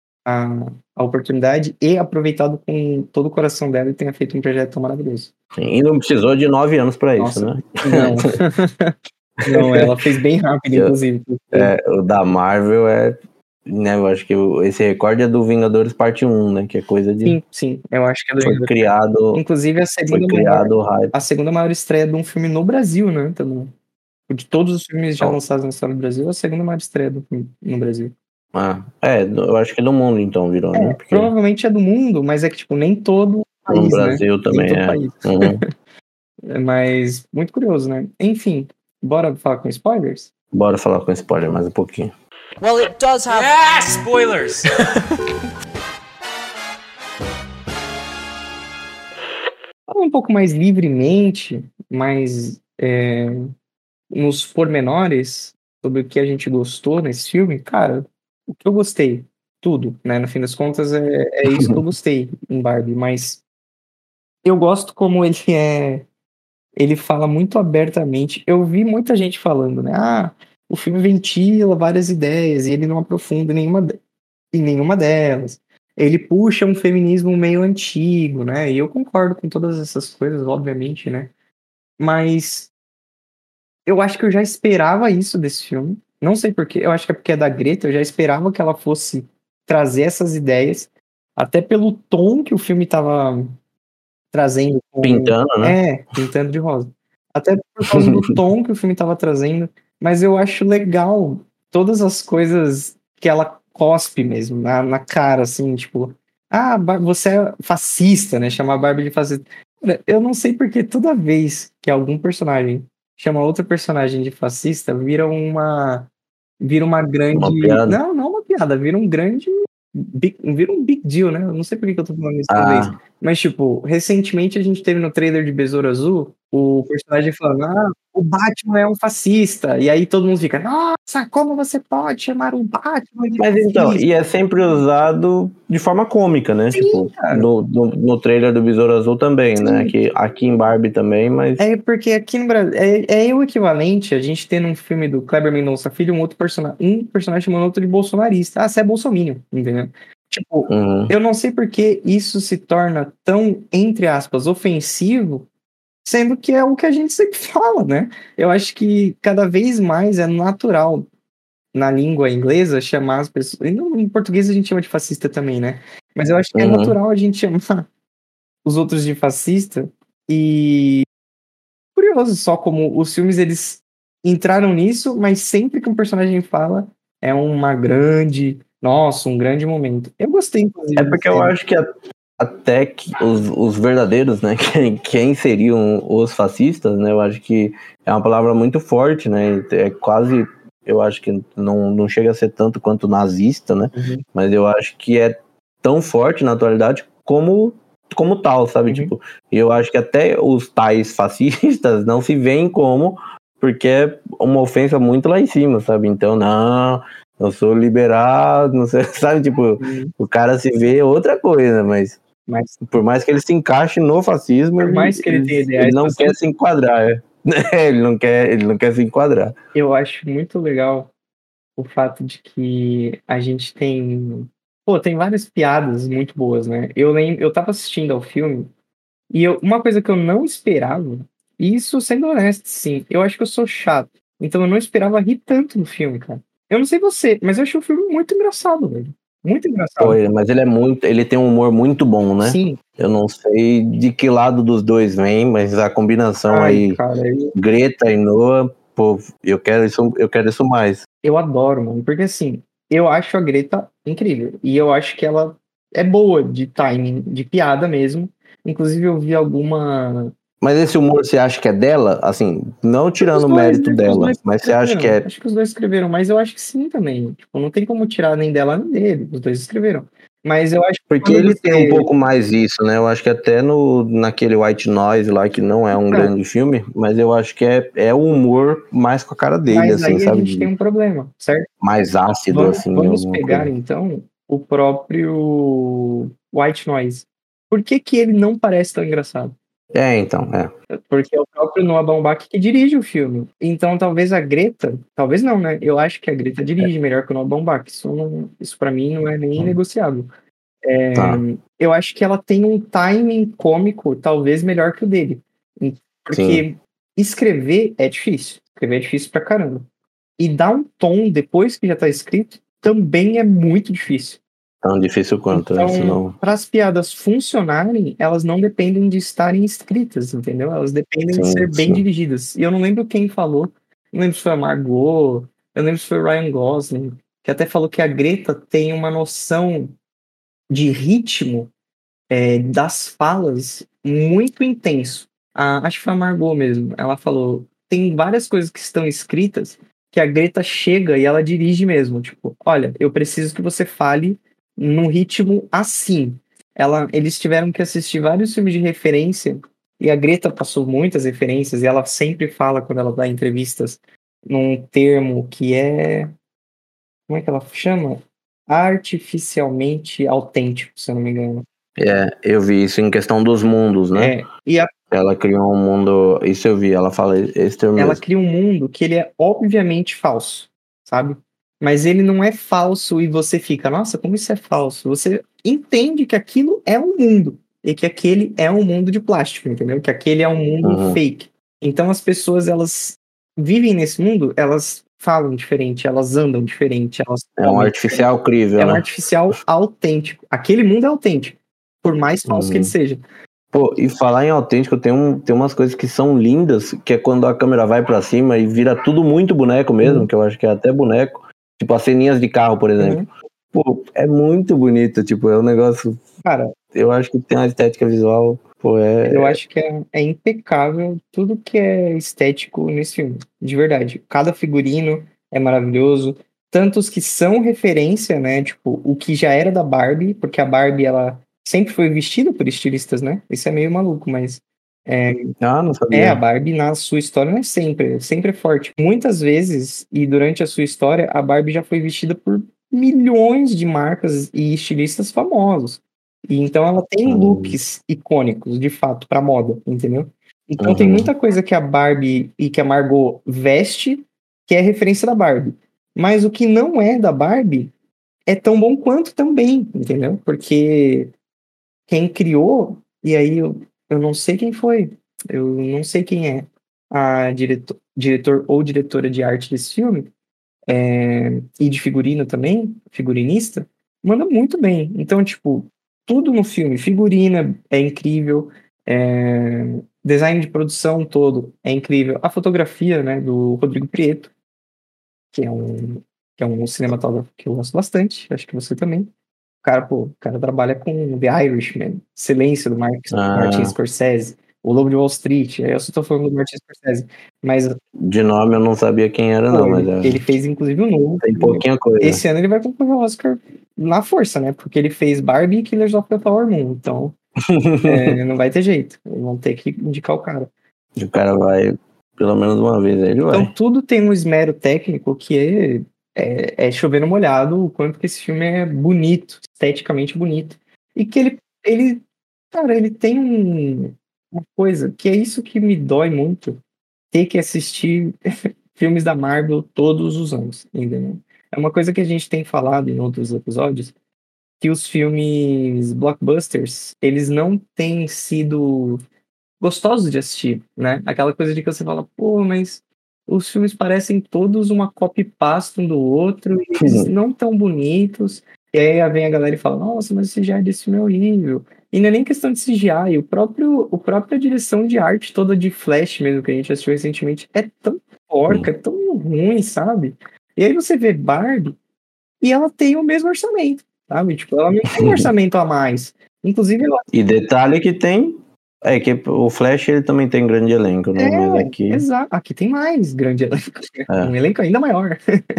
a, a oportunidade e aproveitado com todo o coração dela e tenha feito um projeto tão maravilhoso. Sim, e não precisou de nove anos pra isso, Nossa, né? não. Não, ela fez bem rápido, Eu- inclusive. porque- É, o da Marvel é. Né, eu acho que o- esse recorde é do Vingadores Parte um, né? Que é coisa de. Sim, sim, eu acho que é do Foi criado. Inclusive, a Foi segunda, maior, criado o hype. a segunda maior estreia de um filme no Brasil, né? Também. De todos os filmes já Não. lançados na história do Brasil, a segunda maior estreia do filme no Brasil. Ah, é, eu acho que é do mundo então virou, É, né? Porque provavelmente é do mundo, mas é que, tipo, nem todo no país, né? Brasil Nem também todo é. país. Uhum. É, mas, muito curioso, né? Enfim, bora falar com spoilers? Bora falar com spoiler mais um pouquinho. Well, it does have. Ah, spoilers! Fala um pouco mais livremente, mais é, nos pormenores sobre o que a gente gostou nesse filme. Cara, o que eu gostei, tudo, né? No fim das contas, é, é isso que eu gostei em Barbie, mas eu gosto como ele é. Ele fala muito abertamente. Eu vi muita gente falando, né? Ah, o filme ventila várias ideias e ele não aprofunda em nenhuma, de- em nenhuma delas. Ele puxa um feminismo meio antigo, né? E eu concordo com todas essas coisas, obviamente, né? Mas eu acho que eu já esperava isso desse filme. Não sei porquê, eu acho que é porque é da Greta, eu já esperava que ela fosse trazer essas ideias, até pelo tom que o filme tava trazendo. Com... Pintando, né? É, pintando de rosa. Até por causa do tom que o filme tava trazendo. Mas eu acho legal todas as coisas que ela cospe mesmo, na, na cara, assim, tipo... Ah, Bar- você é fascista, né? Chamar a Barbie de fascista. Cara, eu não sei porque toda vez que algum personagem chama outro personagem de fascista, vira uma... Vira uma grande... Uma piada. Não, não uma piada, vira um grande... big- Vira um big deal, né? Eu não sei por que que eu tô falando isso toda vez. Ah, Mas, tipo, recentemente a gente teve no trailer de Besouro Azul o personagem falando: Ah, o Batman é um fascista. E aí todo mundo fica: Nossa, como você pode chamar um Batman de mas fascista? então, e é sempre usado de forma cômica, né? Sim, Tipo, cara. no, no, no trailer do Besouro Azul também, Sim. né? Que aqui em Barbie também, mas. É porque aqui no Brasil é, é o equivalente a gente ter num filme do Kleber Mendonça Filho um outro personagem, um personagem chamando outro de bolsonarista. Ah, você é bolsominion, entendeu? Tipo, Uhum. eu não sei por que isso se torna tão, entre aspas, ofensivo, sendo que é o que a gente sempre fala, né? Eu acho que cada vez mais é natural na língua inglesa chamar as pessoas. E no, em português a gente chama de fascista também, né? Mas eu acho que é Uhum. natural a gente chamar os outros de fascista. E curioso só como os filmes eles entraram nisso, mas sempre que um personagem fala é uma grande, nossa, um grande momento. Eu gostei, inclusive. É da porque eu série. acho que a- até que os, os verdadeiros, né? Quem, quem seriam os fascistas, né? Eu acho que é uma palavra muito forte, né? É quase. Eu acho que não, não chega a ser tanto quanto nazista, né? Uhum. Mas eu acho que é tão forte na atualidade como, como tal, sabe? Uhum. Tipo, eu acho que até os tais fascistas não se veem como, porque é uma ofensa muito lá em cima, sabe? Então, não, eu sou liberal, não sei, sabe? Tipo, Uhum. o cara se vê outra coisa, mas Mas por mais que ele se encaixe no fascismo, por ele, mais que ele tenha ele, ideais ele não fascistas, quer se enquadrar. é. ele não quer, ele não quer se enquadrar. eu acho muito legal o fato de que a gente tem. Pô, tem várias piadas muito boas, né? Eu lembro, eu tava assistindo ao filme e eu- uma coisa que eu não esperava, e isso sendo honesto, sim, eu acho que eu sou chato. Então eu não esperava rir tanto no filme, cara. Eu não sei você, mas eu achei o filme muito engraçado, velho. Muito engraçado. Pô, ele- mas ele é muito, ele tem um humor muito bom, né? Sim. Eu não sei de que lado dos dois vem, mas a combinação Ai, aí, cara, eu, Greta e Noah, pô, eu quero isso, eu quero isso mais. eu adoro, mano. Porque assim, eu acho a Greta incrível. E eu acho que ela é boa de timing, de piada mesmo. Inclusive, eu vi alguma. Mas esse humor você acha que é dela? Assim, não tirando Os o dois, mérito né? Os dela, dois mas você acha que escreveram. é. Acho que os dois escreveram, mas eu acho que sim também. Tipo, não tem como tirar nem dela nem dele. Os dois escreveram. Mas eu acho que Porque quando ele tem um você. pouco mais isso, né? Eu acho que até no, naquele White Noise lá, que não é um Então, grande filme, mas eu acho que é, é o humor mais com a cara dele, mas assim, aí a sabe? gente tem um problema, certo? Mais ácido, Vamos, assim, vamos alguma pegar coisa. então o próprio White Noise. Por que que ele não parece tão engraçado? É, então, é. Porque é o próprio Noah Baumbach que dirige o filme. Então talvez a Greta, talvez não, né? Eu acho que a Greta dirige melhor que o Noah Baumbach. Isso, não, isso para mim não é nem negociável. É, Tá. eu acho que ela tem um timing cômico talvez melhor que o dele. Porque Sim. escrever é difícil. Escrever é difícil pra caramba. E dar um tom depois que já tá escrito também é muito difícil. Tão difícil quanto, né? Então, Senão... para as piadas funcionarem, elas não dependem de estarem escritas, entendeu? Elas dependem de Sim, ser bem sim. dirigidas. E eu não lembro quem falou, não lembro se foi a Margot, eu lembro se foi o Ryan Gosling, que até falou que a Greta tem uma noção de ritmo é, das falas muito intenso. A, acho que foi a Margot mesmo. Ela falou, tem várias coisas que estão escritas que a Greta chega e ela dirige mesmo. Tipo, olha, eu preciso que você fale num ritmo assim. Ela, eles tiveram que assistir vários filmes de referência e a Greta passou muitas referências e ela sempre fala, quando ela dá entrevistas, num termo que é... Como é que ela chama? Artificialmente autêntico, se eu não me engano. É, eu vi isso em questão dos mundos, né? É, e a, Ela criou um mundo, isso eu vi, ela fala esse termo ela mesmo. cria um mundo que ele é obviamente falso, sabe? Mas ele não é falso e você fica, nossa, como isso é falso? Você entende que aquilo é um mundo e que aquele é um mundo de plástico, entendeu? Que aquele é um mundo Uhum. fake. Então as pessoas, elas vivem nesse mundo, elas falam diferente, elas andam diferente, elas É um comem artificial crível, É um né? artificial autêntico. Aquele mundo é autêntico, por mais falso que ele Uhum. seja. Pô, e falar em autêntico, tem, um, tem umas coisas que são lindas, que é quando a câmera vai pra cima e vira tudo muito boneco mesmo, Uhum. que eu acho que é até boneco. Tipo, as ceninhas de carro, por exemplo. Uhum. Pô, é muito bonito, tipo, é um negócio... Cara, Eu acho que tem uma estética visual, pô, é... eu acho que é, é impecável tudo que é estético nesse filme, de verdade. Cada figurino é maravilhoso, tanto os que são referência, né? Tipo, o que já era da Barbie, porque a Barbie, ela sempre foi vestida por estilistas, né? Isso é meio maluco, mas é, Ah, não é, a sabia. Barbie na sua história não é sempre, sempre é forte. Muitas vezes, e durante a sua história, a Barbie já foi vestida por milhões de marcas e estilistas famosos. E então ela tem Hum. looks icônicos, de fato, pra moda, entendeu? Então tem Uhum. muita coisa que a Barbie e que a Margot veste que é referência da Barbie. Mas o que não é da Barbie é tão bom quanto também, entendeu? Porque quem criou, e aí eu, eu não sei quem foi, eu não sei quem é a diretor, diretor ou diretora de arte desse filme, é, e de figurino também, figurinista, manda muito bem. Então, tipo, tudo no filme, figurina é incrível, é, design de produção todo é incrível, a fotografia, né, do Rodrigo Prieto, que é um, que é um cinematógrafo que eu gosto bastante, acho que você também. O cara, pô, o cara trabalha com The Irishman, Silêncio do Mar- Martin Ah, Scorsese, O Lobo de Wall Street, aí eu só tô falando do Martin Scorsese, mas de nome eu não sabia quem era, pô, não, mas ele, é, ele fez inclusive um novo. tem pouquinha coisa. Esse ano ele vai concorrer ao Oscar na força, né? Porque ele fez Barbie e Killers of the Flower Moon, então é, não vai ter jeito, vão ter que indicar o cara. O cara vai, pelo menos uma vez, aí ele Então vai. tudo tem um esmero técnico que é, é, é chover no molhado o quanto que esse filme é bonito, esteticamente bonito. E que ele, ele cara, ele tem um, uma coisa que é isso que me dói muito, ter que assistir filmes da Marvel todos os anos, entendeu? É uma coisa que a gente tem falado em outros episódios, que os filmes blockbusters, eles não têm sido gostosos de assistir, né? Aquela coisa de que você fala, pô, mas os filmes parecem todos uma copy-paste um do outro, e eles não tão bonitos. E aí vem a galera e fala, nossa, mas o C G I desse filme é horrível. E não é nem questão de C G I, o próprio, o própria direção de arte toda de Flash mesmo, que a gente assistiu recentemente, é tão porca, é tão ruim, sabe? E aí você vê Barbie e ela tem o mesmo orçamento, sabe? Tipo, ela não tem um orçamento a mais. Inclusive, ela E detalhe que tem, é que o Flash ele também tem grande elenco, né? Mas é, aqui, exato. Aqui tem mais grande elenco. É. Um elenco ainda maior.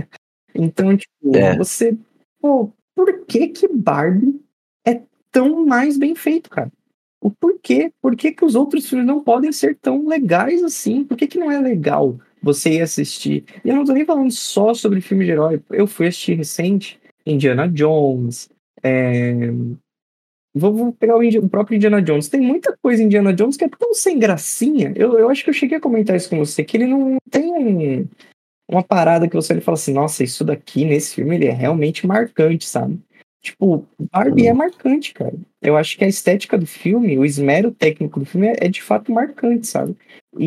Então, tipo, É. você. Pô, por que que Barbie é tão mais bem feito, cara? O porquê? Por que que os outros filmes não podem ser tão legais assim? Por que que não é legal você ir assistir? E eu não tô nem falando só sobre filme de herói. Eu fui assistir recente Indiana Jones. É... Vou, vou pegar o, Indi- o próprio Indiana Jones. Tem muita coisa em Indiana Jones que é tão sem gracinha. Eu, eu acho que eu cheguei a comentar isso com você, que ele não tem um- uma parada que você olha e fala assim, nossa, isso daqui nesse filme ele é realmente marcante, sabe? Tipo, Barbie é marcante, cara. Eu acho que a estética do filme, o esmero técnico do filme é, é de fato marcante, sabe?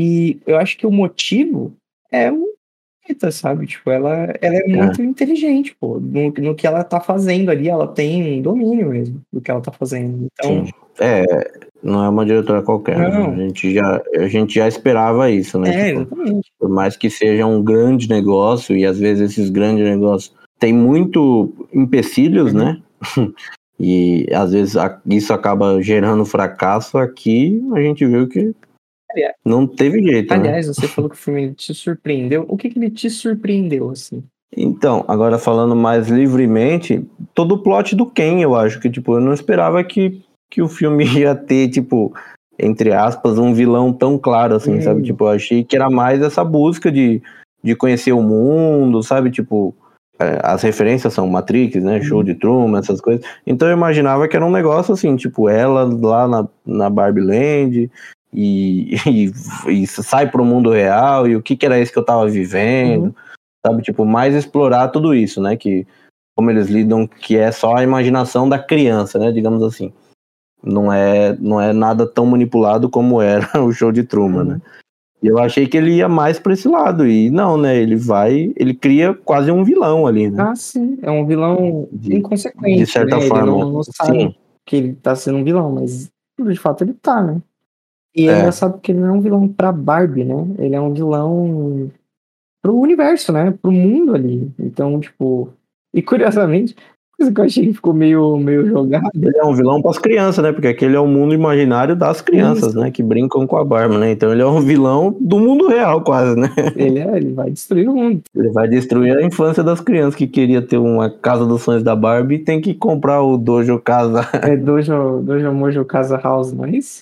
E eu acho que o motivo é o Rita, sabe? Tipo, ela, ela é muito inteligente, pô. No, no que ela tá fazendo ali, ela tem domínio mesmo do que ela tá fazendo. Então, sim. É, não é uma diretora qualquer, né? Não. A gente já, a gente já esperava isso, né? é, Tipo, exatamente. por mais que seja um grande negócio, e às vezes esses grandes negócios tem muito empecilhos, uhum. né? E às vezes isso acaba gerando fracasso. Aqui a gente viu que aliás, não teve jeito. Aliás, né? você falou que o filme te surpreendeu. O que, que ele te surpreendeu, assim? Então, agora falando mais livremente, todo o plot do Ken, eu acho que, tipo, eu não esperava que, que o filme ia ter, tipo, entre aspas, um vilão tão claro, assim, hum. sabe? Tipo, eu achei que era mais essa busca de, de conhecer o mundo, sabe? Tipo, é, as referências são Matrix, né? Hum. Show de Truman, essas coisas. Então eu imaginava que era um negócio assim, tipo, ela lá na, na Barbie Land e, e, e sai pro mundo real e o que que era isso que eu tava vivendo, uhum. sabe? Tipo, mais explorar tudo isso, né? Que, como eles lidam, que é só a imaginação da criança, né? Digamos assim. Não é, não é nada tão manipulado como era o Show de Truman, uhum. né? E eu achei que ele ia mais pra esse lado, e não, né, ele vai, ele cria quase um vilão ali, né? Ah, sim, é um vilão de, inconsequente, de certa né? forma. Ele não, não sabe sim. que ele tá sendo um vilão, mas de fato ele tá, né? E é, É. engraçado porque ele não é um vilão pra Barbie, né? Ele é um vilão pro universo, né? Pro mundo ali. Então, tipo... E curiosamente, coisa que eu achei que ficou meio, meio jogado. Ele é um vilão para as crianças, né? Porque aquele é o mundo imaginário das crianças, Isso. né? Que brincam com a Barbie, né? Então ele é um vilão do mundo real, quase, né? Ele é, ele vai destruir o mundo. Ele vai destruir a infância das crianças que queria ter uma casa dos sonhos da Barbie e tem que comprar o Dojo Casa. É Dojo, Dojo Mojo Casa House, não é isso?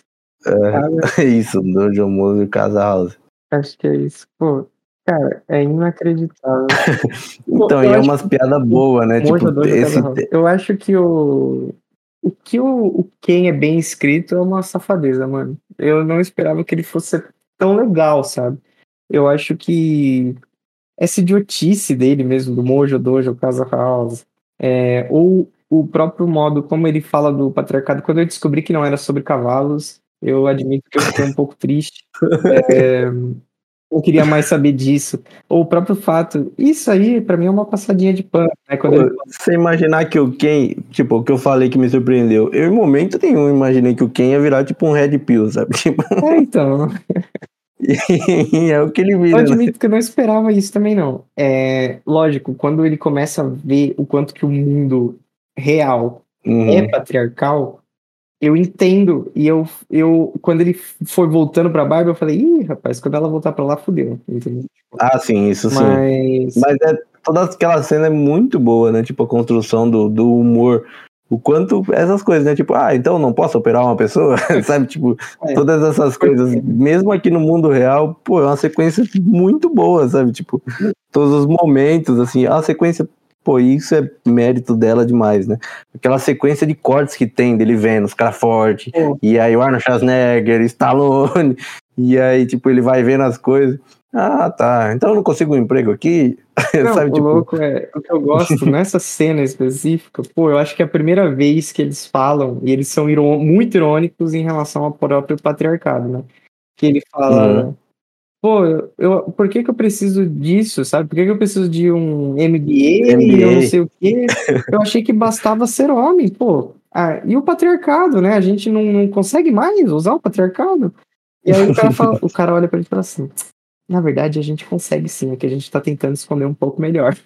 É, é isso, Dojo Mojo Casa House. Acho que é isso. Pô, cara, é inacreditável. Então, e é umas piadas boas, né? Tipo, esse... Eu acho que o... O que o, o Ken é bem escrito é uma safadeza, mano. Eu não esperava que ele fosse tão legal, sabe? Eu acho que essa idiotice dele mesmo, do Mojo Dojo Casa House, é, ou o próprio modo como ele fala do patriarcado, quando eu descobri que não era sobre cavalos, eu admito que eu fiquei um pouco triste. É, eu queria mais saber disso. Ou o próprio fato, isso aí pra mim é uma passadinha de pano, né? Quando Pô, ele... Você imaginar que o Ken, tipo, o que eu falei que me surpreendeu, eu em momento nenhum imaginei que o Ken ia virar tipo um Red Pill, sabe? Tipo... É, então... é o que ele vira. Eu admito né? que eu não esperava isso também, não. É, lógico, quando ele começa a ver o quanto que o mundo real uhum. é patriarcal, eu entendo. E eu, eu quando ele foi voltando pra Barbie, eu falei, ih, rapaz, quando ela voltar pra lá, fudeu. Entendeu? Ah, sim, isso sim. Mas, Mas é, toda aquela cena é muito boa, né? Tipo, a construção do, do humor. O quanto essas coisas, né? Tipo, ah, então não posso operar uma pessoa? Sabe? Tipo, é. todas essas coisas, mesmo aqui no mundo real, pô, é uma sequência muito boa, sabe? Tipo, todos os momentos, assim, a sequência, pô, isso é mérito dela demais, né? Aquela sequência de cortes que tem dele vendo os caras fortes, oh. e aí o Arnold Schwarzenegger, Stallone, e aí, tipo, ele vai vendo as coisas. Ah, tá. Então eu não consigo um emprego aqui? Não, Sabe, o tipo... louco é... O que eu gosto nessa cena específica, pô, eu acho que é a primeira vez que eles falam, e eles são irô- muito irônicos em relação ao próprio patriarcado, né? Que ele fala... Uhum. Pô, eu, eu, por que que eu preciso disso, sabe? Por que que eu preciso de um M B A, M B A. eu não sei o quê? Eu achei que bastava ser homem, pô. Ah, e o patriarcado, né? A gente não, não consegue mais usar o patriarcado. E aí o cara, fala, o cara olha pra ele e fala assim... Na verdade, a gente consegue sim, é que a gente tá tentando esconder um pouco melhor.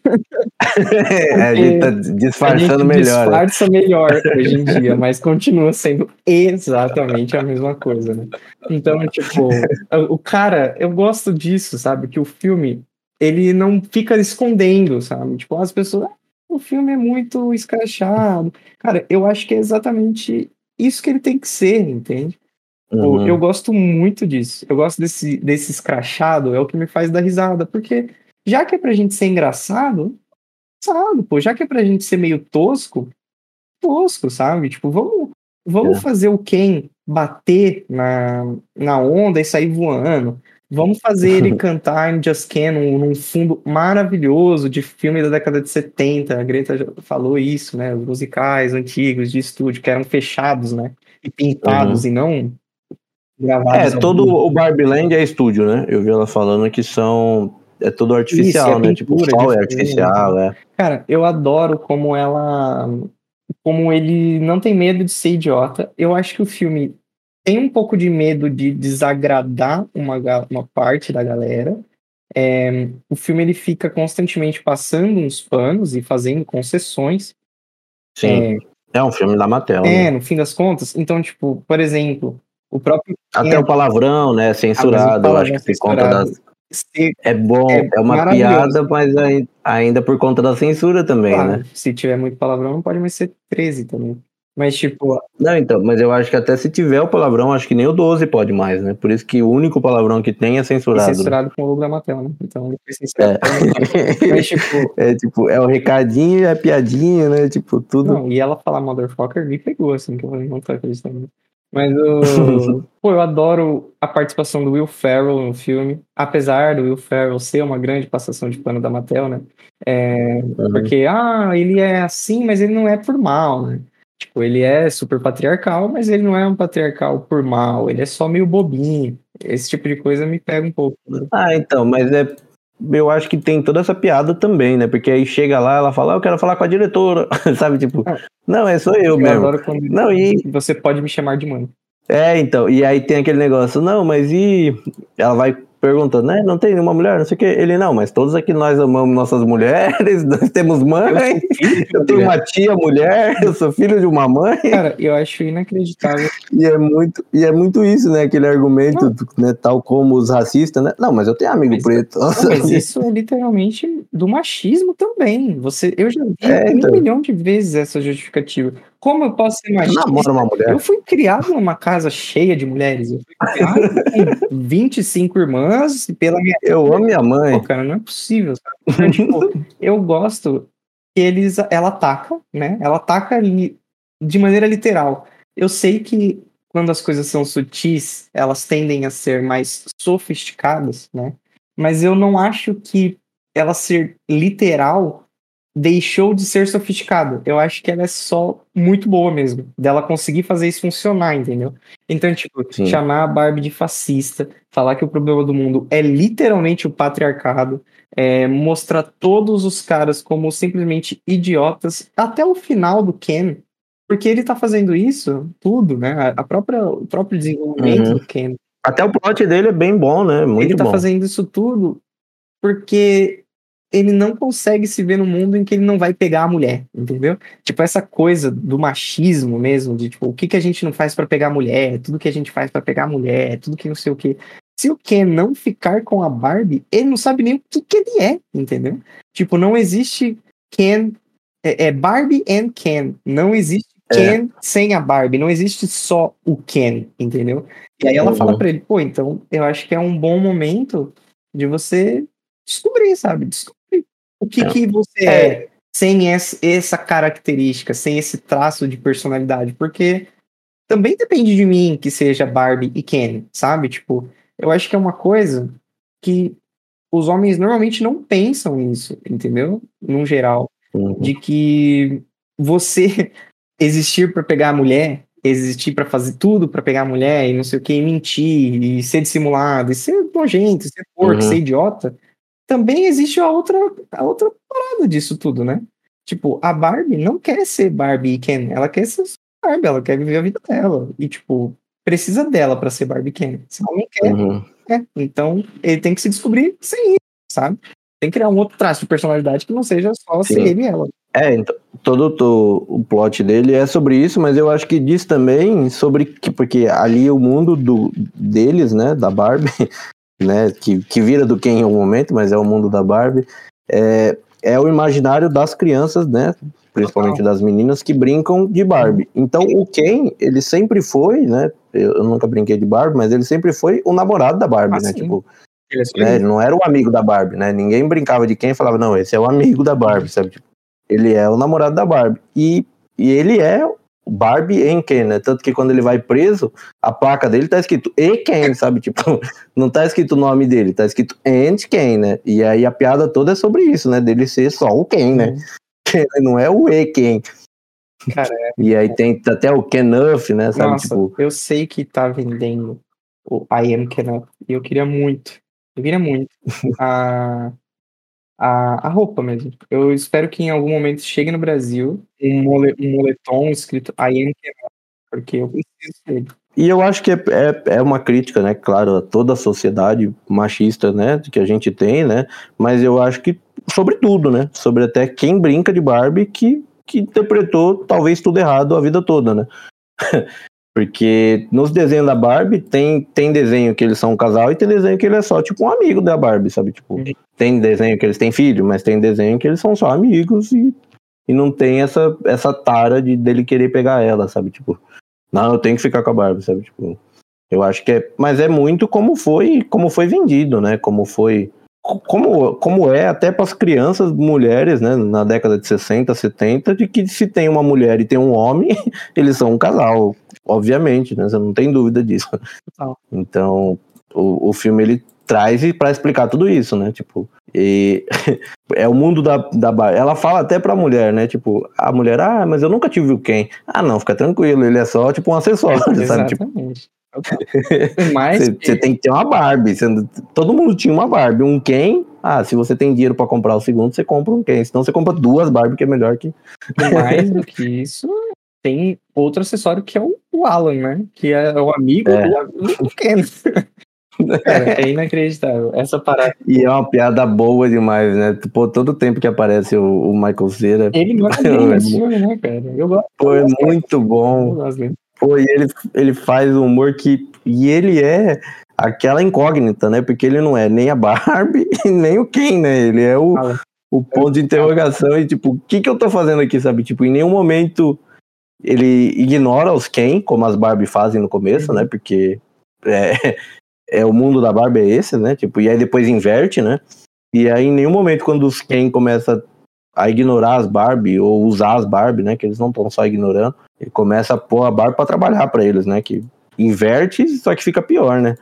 a gente tá disfarçando a gente melhor. disfarça né? melhor hoje em dia, mas continua sendo exatamente a mesma coisa, né? Então, tipo, o cara, eu gosto disso, sabe? Que o filme, ele não fica escondendo, sabe? Tipo, as pessoas, ah, o filme é muito escrachado. Cara, eu acho que é exatamente isso que ele tem que ser, entende? Uhum. Eu gosto muito disso. Eu gosto desse, desse escrachado, é o que me faz dar risada. Porque já que é pra gente ser engraçado, engraçado, pô. Já que é pra gente ser meio tosco, tosco, sabe? Tipo, vamos, vamos é. fazer o Ken bater na, na onda e sair voando. Vamos fazer ele cantar em Just Ken num, num fundo maravilhoso de filme da década de setenta. A Greta já falou isso, né? Os musicais antigos de estúdio, que eram fechados, né? E pintados uhum. e não... É, todo o Barbie Land é estúdio, né? Eu vi ela falando que são... É tudo artificial, Isso, é né? Tipo, o sol é artificial, é. Cara, eu adoro como ela... Como ele não tem medo de ser idiota. Eu acho que o filme tem um pouco de medo de desagradar uma, uma parte da galera. é, o filme ele fica constantemente passando uns panos e fazendo concessões. Sim. É, é um filme da Mattel, É, né? no fim das contas. Então, tipo, por exemplo, o próprio Até Ken, o palavrão, né? ah, mas o Censurado, eu acho palavrão que por conta das. censurado se- É bom, é é uma maravilhoso. piada, mas ai- ainda por conta da censura também, Claro, né? se tiver muito palavrão, não pode mais ser treze também. Mas, tipo, Não, então, mas eu acho que até se tiver o palavrão, acho que nem o doze pode mais, né? Por isso que o único palavrão que tem é e censurado, né? censurado com o logo da Mattel, né? Então, ele foi censurado É. pela Mattel. Mas, tipo, É tipo, é o recadinho, é a piadinha, né? Tipo, tudo. não, e ela falar motherfucker me pegou, assim, que eu falei, não tô acreditando. Mas o. Pô, eu adoro a participação do Will Ferrell no filme. Apesar do Will Ferrell ser uma grande passação de pano da Mattel, né? É, Uhum. porque, ah, ele é assim, mas ele não é por mal, né? Tipo, ele é super patriarcal, mas ele não é um patriarcal por mal. Ele é só meio bobinho. Esse tipo de coisa me pega um pouco, né? Ah, então, mas é. Eu acho que tem toda essa piada também, né? Porque aí chega lá, ela fala, ah, eu quero falar com a diretora, sabe? Tipo, Ah, não, é só eu eu mesmo. adoro quando Não, e. você pode me chamar de mãe. É, então, e aí tem aquele negócio, não, mas e. Ela vai perguntando, né? Não tem nenhuma mulher, não sei o que. Ele, não, mas todos aqui nós amamos nossas mulheres, nós temos mãe, Eu sou filho de eu uma tenho mulher. uma tia mulher, eu sou filho de uma mãe. Cara, eu acho inacreditável. E é muito, e é muito isso, né? Aquele argumento, né? Tal como os racistas, né? Não, mas eu tenho amigo Mas, preto. não, mas isso é literalmente do machismo também. Você, eu já vi É, um então, milhão de vezes essa justificativa. Como eu posso ser tu machista? namora uma mulher. Eu fui criado numa casa cheia de mulheres. Eu fui criado com vinte e cinco irmãs pela minha. Eu amo minha Pô, mãe. cara, não é possível. Sabe? Então, tipo, eu gosto que eles, ela ataca, né? Ela ataca ali de maneira literal. Eu sei que quando as coisas são sutis, elas tendem a ser mais sofisticadas, né? Mas eu não acho que ela ser literal deixou de ser sofisticada. Eu acho que ela é só muito boa mesmo, dela conseguir fazer isso funcionar, entendeu? Então, tipo, Sim. chamar a Barbie de fascista, falar que o problema do mundo é literalmente o patriarcado, é, mostrar todos os caras como simplesmente idiotas, até o final do Ken, porque ele tá fazendo isso tudo, né? A própria, o próprio desenvolvimento Uhum. do Ken. Até o plot dele é bem bom, né? Muito Ele tá bom. fazendo isso tudo porque ele não consegue se ver no mundo em que ele não vai pegar a mulher, entendeu? Tipo, essa coisa do machismo mesmo, de tipo, o que, que a gente não faz pra pegar a mulher, tudo que a gente faz pra pegar a mulher, tudo que não sei o que. Se o Ken não ficar com a Barbie, ele não sabe nem o que, que ele é, entendeu? Tipo, não existe Ken, é, é Barbie and Ken, não existe Ken É. sem a Barbie, não existe só o Ken, entendeu? E aí ela Uhum. fala pra ele, pô, então eu acho que é um bom momento de você descobrir, sabe? Descobrir o que, É. que você É. é sem essa, essa característica, sem esse traço de personalidade, porque também depende de mim que seja Barbie e Ken, sabe? Tipo, eu acho que é uma coisa que os homens normalmente não pensam nisso, entendeu? Num geral, Uhum. de que você existir pra pegar a mulher, existir pra fazer tudo pra pegar a mulher e não sei o que, e mentir, e ser dissimulado, e ser nojento, e ser porco, Uhum. ser idiota, também existe a outra, a outra parada disso tudo, né? Tipo, a Barbie não quer ser Barbie e Ken, ela quer ser Barbie, ela quer viver a vida dela. E, tipo, precisa dela pra ser Barbie e Ken. Se ela não quer, Uhum. é. Então, ele tem que se descobrir sem isso, sabe? Tem que criar um outro traço de personalidade que não seja só ser Sim. ele e ela. É, então, todo to- o plot dele é sobre isso, mas eu acho que diz também sobre que, porque ali o mundo do, deles, né, da Barbie, né, que, que vira do Ken em algum momento, mas é o mundo da Barbie, é, é o imaginário das crianças, né, principalmente das meninas que brincam de Barbie. Então o Ken, ele sempre foi, né, eu, eu nunca brinquei de Barbie, mas ele sempre foi o namorado da Barbie, Ah, né, sim. tipo, Ele é só né, isso. ele não era o amigo da Barbie, né, ninguém brincava de Ken e falava, não, esse é o amigo da Barbie, sabe, tipo, ele é o namorado da Barbie, e, e ele é Barbie em Ken, né? Tanto que quando ele vai preso, a placa dele tá escrito E Ken, sabe? Tipo, não tá escrito o nome dele, tá escrito And Ken, né? E aí a piada toda é sobre isso, né? Dele ser só o Ken, né? Ele não é o E Ken. Cara, é. E aí tem até o Kenuff, né? Sabe? Nossa, Tipo, eu sei que tá vendendo o I Am Ken e eu queria muito, eu queria muito a, a, a roupa mesmo. Eu espero que em algum momento chegue no Brasil um, mole, um moletom escrito I Am Ken. porque eu preciso dele. E eu acho que é, é, é uma crítica, né, claro, a toda a sociedade machista, né, que a gente tem, né, mas eu acho que sobre tudo, né, sobre até quem brinca de Barbie que, que interpretou talvez tudo errado a vida toda, né. Porque nos desenhos da Barbie tem, tem desenho que eles são um casal e tem desenho que ele é só tipo um amigo da Barbie, sabe, tipo, uhum. Tem desenho que eles têm filho, mas tem desenho que eles são só amigos e, e não tem essa, essa tara de, dele querer pegar ela, sabe, tipo, não, eu tenho que ficar com a Barbie, sabe, tipo, eu acho que é, mas é muito como foi, como foi vendido, né, como foi, como, como é até para as crianças, mulheres, né, na década de sessenta, setenta, de que se tem uma mulher e tem um homem, eles são um casal, obviamente, né, você não tem dúvida disso. Não. Então, o, o filme, ele traz para explicar tudo isso, né, tipo, e é o mundo da, da Barbie. Ela fala até pra mulher, né, tipo, a mulher, ah, mas eu nunca tive o Ken. Ah, não, fica tranquilo, ele é só, tipo, um acessório, é, sabe, exatamente. Tipo, você que... tem que ter uma Barbie, você, todo mundo tinha uma Barbie, um Ken, ah, se você tem dinheiro pra comprar o segundo, você compra um Ken, senão você compra duas Barbie, que é melhor que... E mais do que isso, tem outro acessório que é o, o Alan, né, que é o amigo é. do, do Ken. Cara, é inacreditável, essa parada. E é uma piada boa demais, né? Pô, todo tempo que aparece o, o Michael Cera. Ele não é bem nesse filme, né, cara? Eu gosto. Pô, é muito bom. Eu gosto dele. Pô, e ele, ele faz um humor que... E ele é aquela incógnita, né? Porque ele não é nem a Barbie e nem o Ken, né? Ele é o, ah, o ponto de interrogação e tipo, o que que eu tô fazendo aqui, sabe? Tipo, em nenhum momento ele ignora os Ken, como as Barbie fazem no começo, uhum. né? Porque... É, é, o mundo da Barbie é esse, né? Tipo, e aí depois inverte, né? E aí em nenhum momento quando os Ken começa a ignorar as Barbie ou usar as Barbie, né? Que eles não estão só ignorando, ele começa a pôr a Barbie pra trabalhar pra eles, né? Que inverte, só que fica pior, né?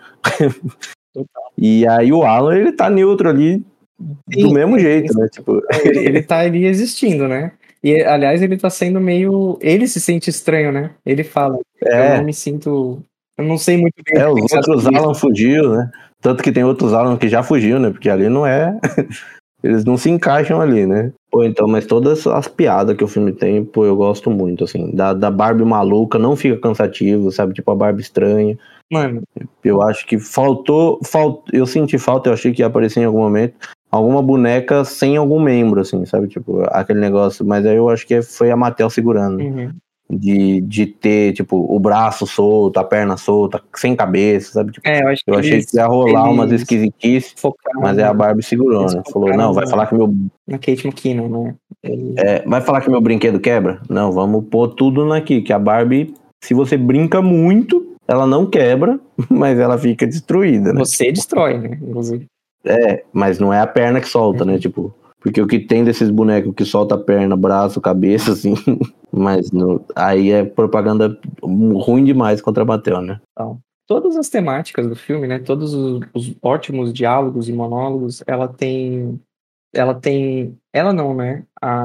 E aí o Alan, ele tá neutro ali do Sim, mesmo jeito, né? Tipo... ele, ele tá ali existindo, né? E, aliás, ele tá sendo meio... Ele se sente estranho, né? Ele fala, é. eu não me sinto... Eu não sei muito bem. É, os outros Alan fugiu, né? Tanto que tem outros Alan que já fugiu, né? Porque ali não é... Eles não se encaixam ali, né? Pô, então, mas todas as piadas que o filme tem, pô, eu gosto muito, assim. Da, da Barbie maluca, não fica cansativo, sabe? Tipo, a Barbie estranha. Mano. Eu acho que faltou... Falt... Eu senti falta, eu achei que ia aparecer em algum momento, alguma boneca sem algum membro, assim, sabe? Tipo, aquele negócio. Mas aí eu acho que foi a Mattel segurando. Uhum. De, de ter, tipo, o braço solto, a perna solta, sem cabeça, sabe? Tipo, é, eu, acho eu que achei eles, que ia rolar umas esquisitices, mas é a Barbie segurou, né? Falou, não, vai na, falar que meu... Na Kate McKinnon, né? Ele... É, vai falar que meu brinquedo quebra? Não, vamos pôr tudo aqui, que a Barbie, se você brinca muito, ela não quebra, mas ela fica destruída, né? Você tipo... destrói, né? Inclusive. É, mas não é a perna que solta, uhum. né? Tipo... Porque o que tem desses bonecos que solta a perna, braço, cabeça, assim... Mas no, aí é propaganda ruim demais contra a Mattel, né? Então, todas as temáticas do filme, né? Todos os, os ótimos diálogos e monólogos, ela tem... Ela tem... Ela não, né? A,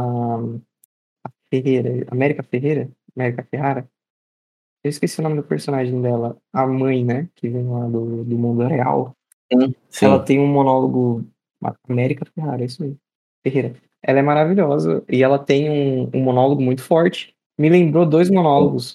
a Ferreira... América Ferreira? América Ferrara? Eu esqueci o nome do personagem dela. A mãe, né? Que vem lá do, do mundo real. Sim, sim. Ela tem um monólogo... América Ferrara, é isso aí. Ferreira. Ela é maravilhosa e ela tem um, um monólogo muito forte. Me lembrou dois monólogos.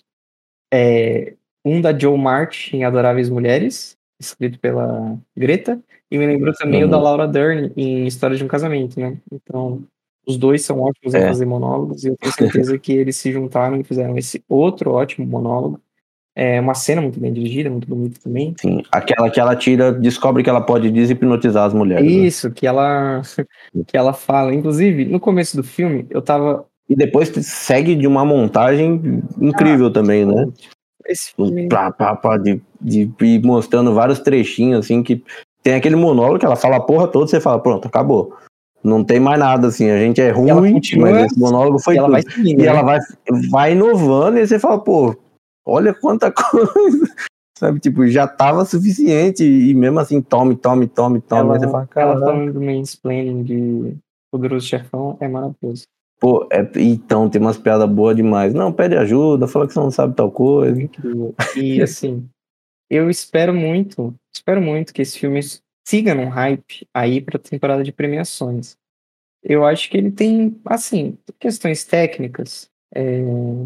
É, um da Joe March em Adoráveis Mulheres, escrito pela Greta, e me lembrou também uhum. o da Laura Dern em História de um Casamento, né? Então, os dois são ótimos é. em fazer monólogos e eu tenho certeza que eles se juntaram e fizeram esse outro ótimo monólogo. É uma cena muito bem dirigida, muito bonita também. Sim, aquela que ela tira, descobre que ela pode deshipnotizar as mulheres. Isso, né? que ela que ela fala. Inclusive, no começo do filme, eu tava... E depois segue de uma montagem incrível ah, também, né? Esse filme... Pra, pra, pra, de, de ir mostrando vários trechinhos, assim, que tem aquele monólogo que ela fala a porra toda, você fala, pronto, acabou. Não tem mais nada, assim, a gente é ruim, continua, mas esse monólogo foi e tudo. Ela vai seguindo, e né? ela vai, vai inovando, e você fala, pô, olha quanta coisa, sabe, tipo, já tava suficiente, e mesmo assim, tome, tome, tome, tome, ela, você fala, ela falando do mansplaining de Poderoso Chefão é maravilhoso. Pô, é, então, tem umas piadas boas demais. Não, pede ajuda, fala que você não sabe tal coisa. Incrível. E assim, eu espero muito, espero muito que esse filme siga num hype aí pra temporada de premiações. Eu acho que ele tem, assim, questões técnicas, é,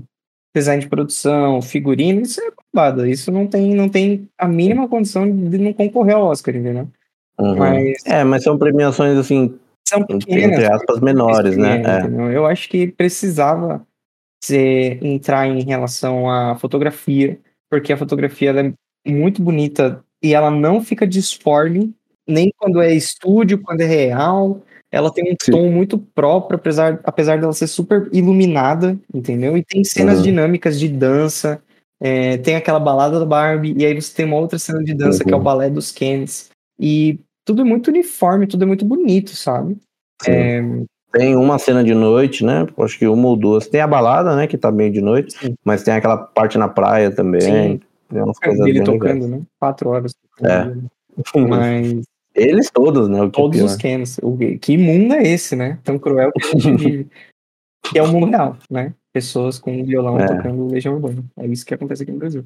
design de produção, figurino, isso é babado. Isso não tem, não tem a mínima condição de não concorrer ao Oscar, entendeu? Uhum. Mas É, mas são premiações, assim, são pequenas, entre aspas, menores, né? pequenas, É. entendeu? Eu acho que precisava ser, entrar em relação à fotografia, porque a fotografia ela é muito bonita e ela não fica disforme, nem quando é estúdio, quando é real. Ela tem um Sim. tom muito próprio, apesar, apesar dela ser super iluminada, entendeu? E tem cenas Uhum. dinâmicas de dança, é, tem aquela balada da Barbie, e aí você tem uma outra cena de dança, Uhum. que é o balé dos Kens. E tudo é muito uniforme, tudo é muito bonito, sabe? Sim. É, Tem uma cena de noite, né? Acho que uma ou duas. Tem a balada, né? Que tá bem de noite. sim, Mas tem aquela parte na praia também. sim. Tem umas coisas Dele bem tocando, legais. né? Quatro horas tocando. É. Mas Eles todos, né? O que é todos os pior. Kens. O, que mundo é esse, né? Tão cruel que a gente vive. Que é o mundo real, né? Pessoas com um violão É. tocando Legião Urbana. É isso que acontece aqui no Brasil.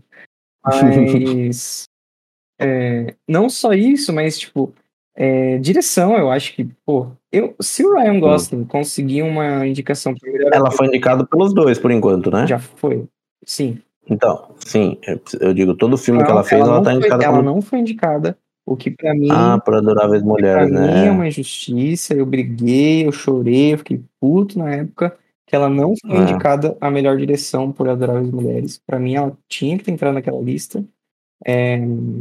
Mas é, não só isso, mas tipo, é, direção, eu acho que, pô, eu, se o Ryan Gosling conseguir uma indicação para melhor Ela ator, foi indicada pelos dois, por enquanto, né? já foi. Sim. Então, sim. Eu digo, todo filme que Não, ela fez, ela ela, não tá foi, indicada ela como... não foi indicada, o que pra mim, Ah, por Adoráveis pra Mulheres, mim né? é uma injustiça. Eu briguei, eu chorei, eu fiquei puto na época que ela não foi É. indicada a melhor direção por Adoráveis Mulheres. Pra mim, ela tinha que ter entrado naquela lista. É,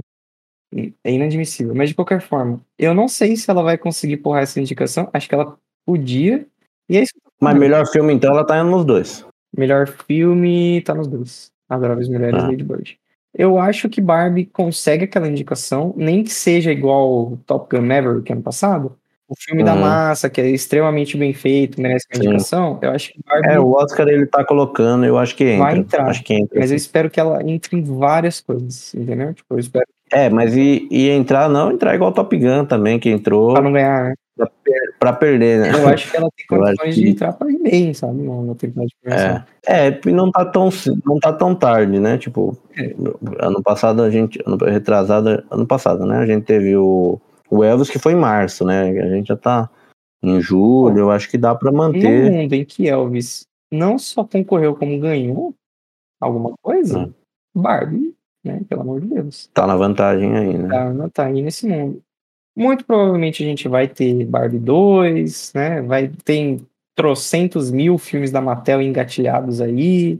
é inadmissível. Mas de qualquer forma, eu não sei se ela vai conseguir porrar essa indicação. Acho que ela podia. E é isso que eu tô Mas falando. melhor filme, então, ela tá nos dois. Melhor filme tá nos dois. Adoráveis Mulheres e Ah. Lady Bird. Eu acho que Barbie consegue aquela indicação, nem que seja igual o Top Gun Maverick ano passado. O filme da Uhum. massa, que é extremamente bem feito, merece uma Sim. indicação. Eu acho que Barbie É, o Oscar ele tá colocando, eu acho que vai entra. entrar. Acho que entra. Mas eu Sim. espero que ela entre em várias coisas, entendeu? Tipo, eu espero É, mas e, e entrar, não entrar igual Top Gun também, que entrou pra não ganhar, né? pra, per- pra perder, né? Eu acho que ela tem Eu acho condições de que entrar pra ir bem, sabe? Na na temporada de premiação. é, é, e não tá tão não tá tão tarde, né? Tipo, É. ano passado a gente, ano retrasado, ano passado, né? A gente teve o, o Elvis que foi em março, né? A gente já tá em julho, eu acho que dá pra No manter. mundo em que Elvis não só concorreu como ganhou alguma coisa, Né? Barbie, né? Pelo amor de Deus. Tá na vantagem aí, né? Tá, tá aí nesse mundo. Muito provavelmente a gente vai ter Barbie dois, né? Vai ter trocentos mil filmes da Mattel engatilhados aí.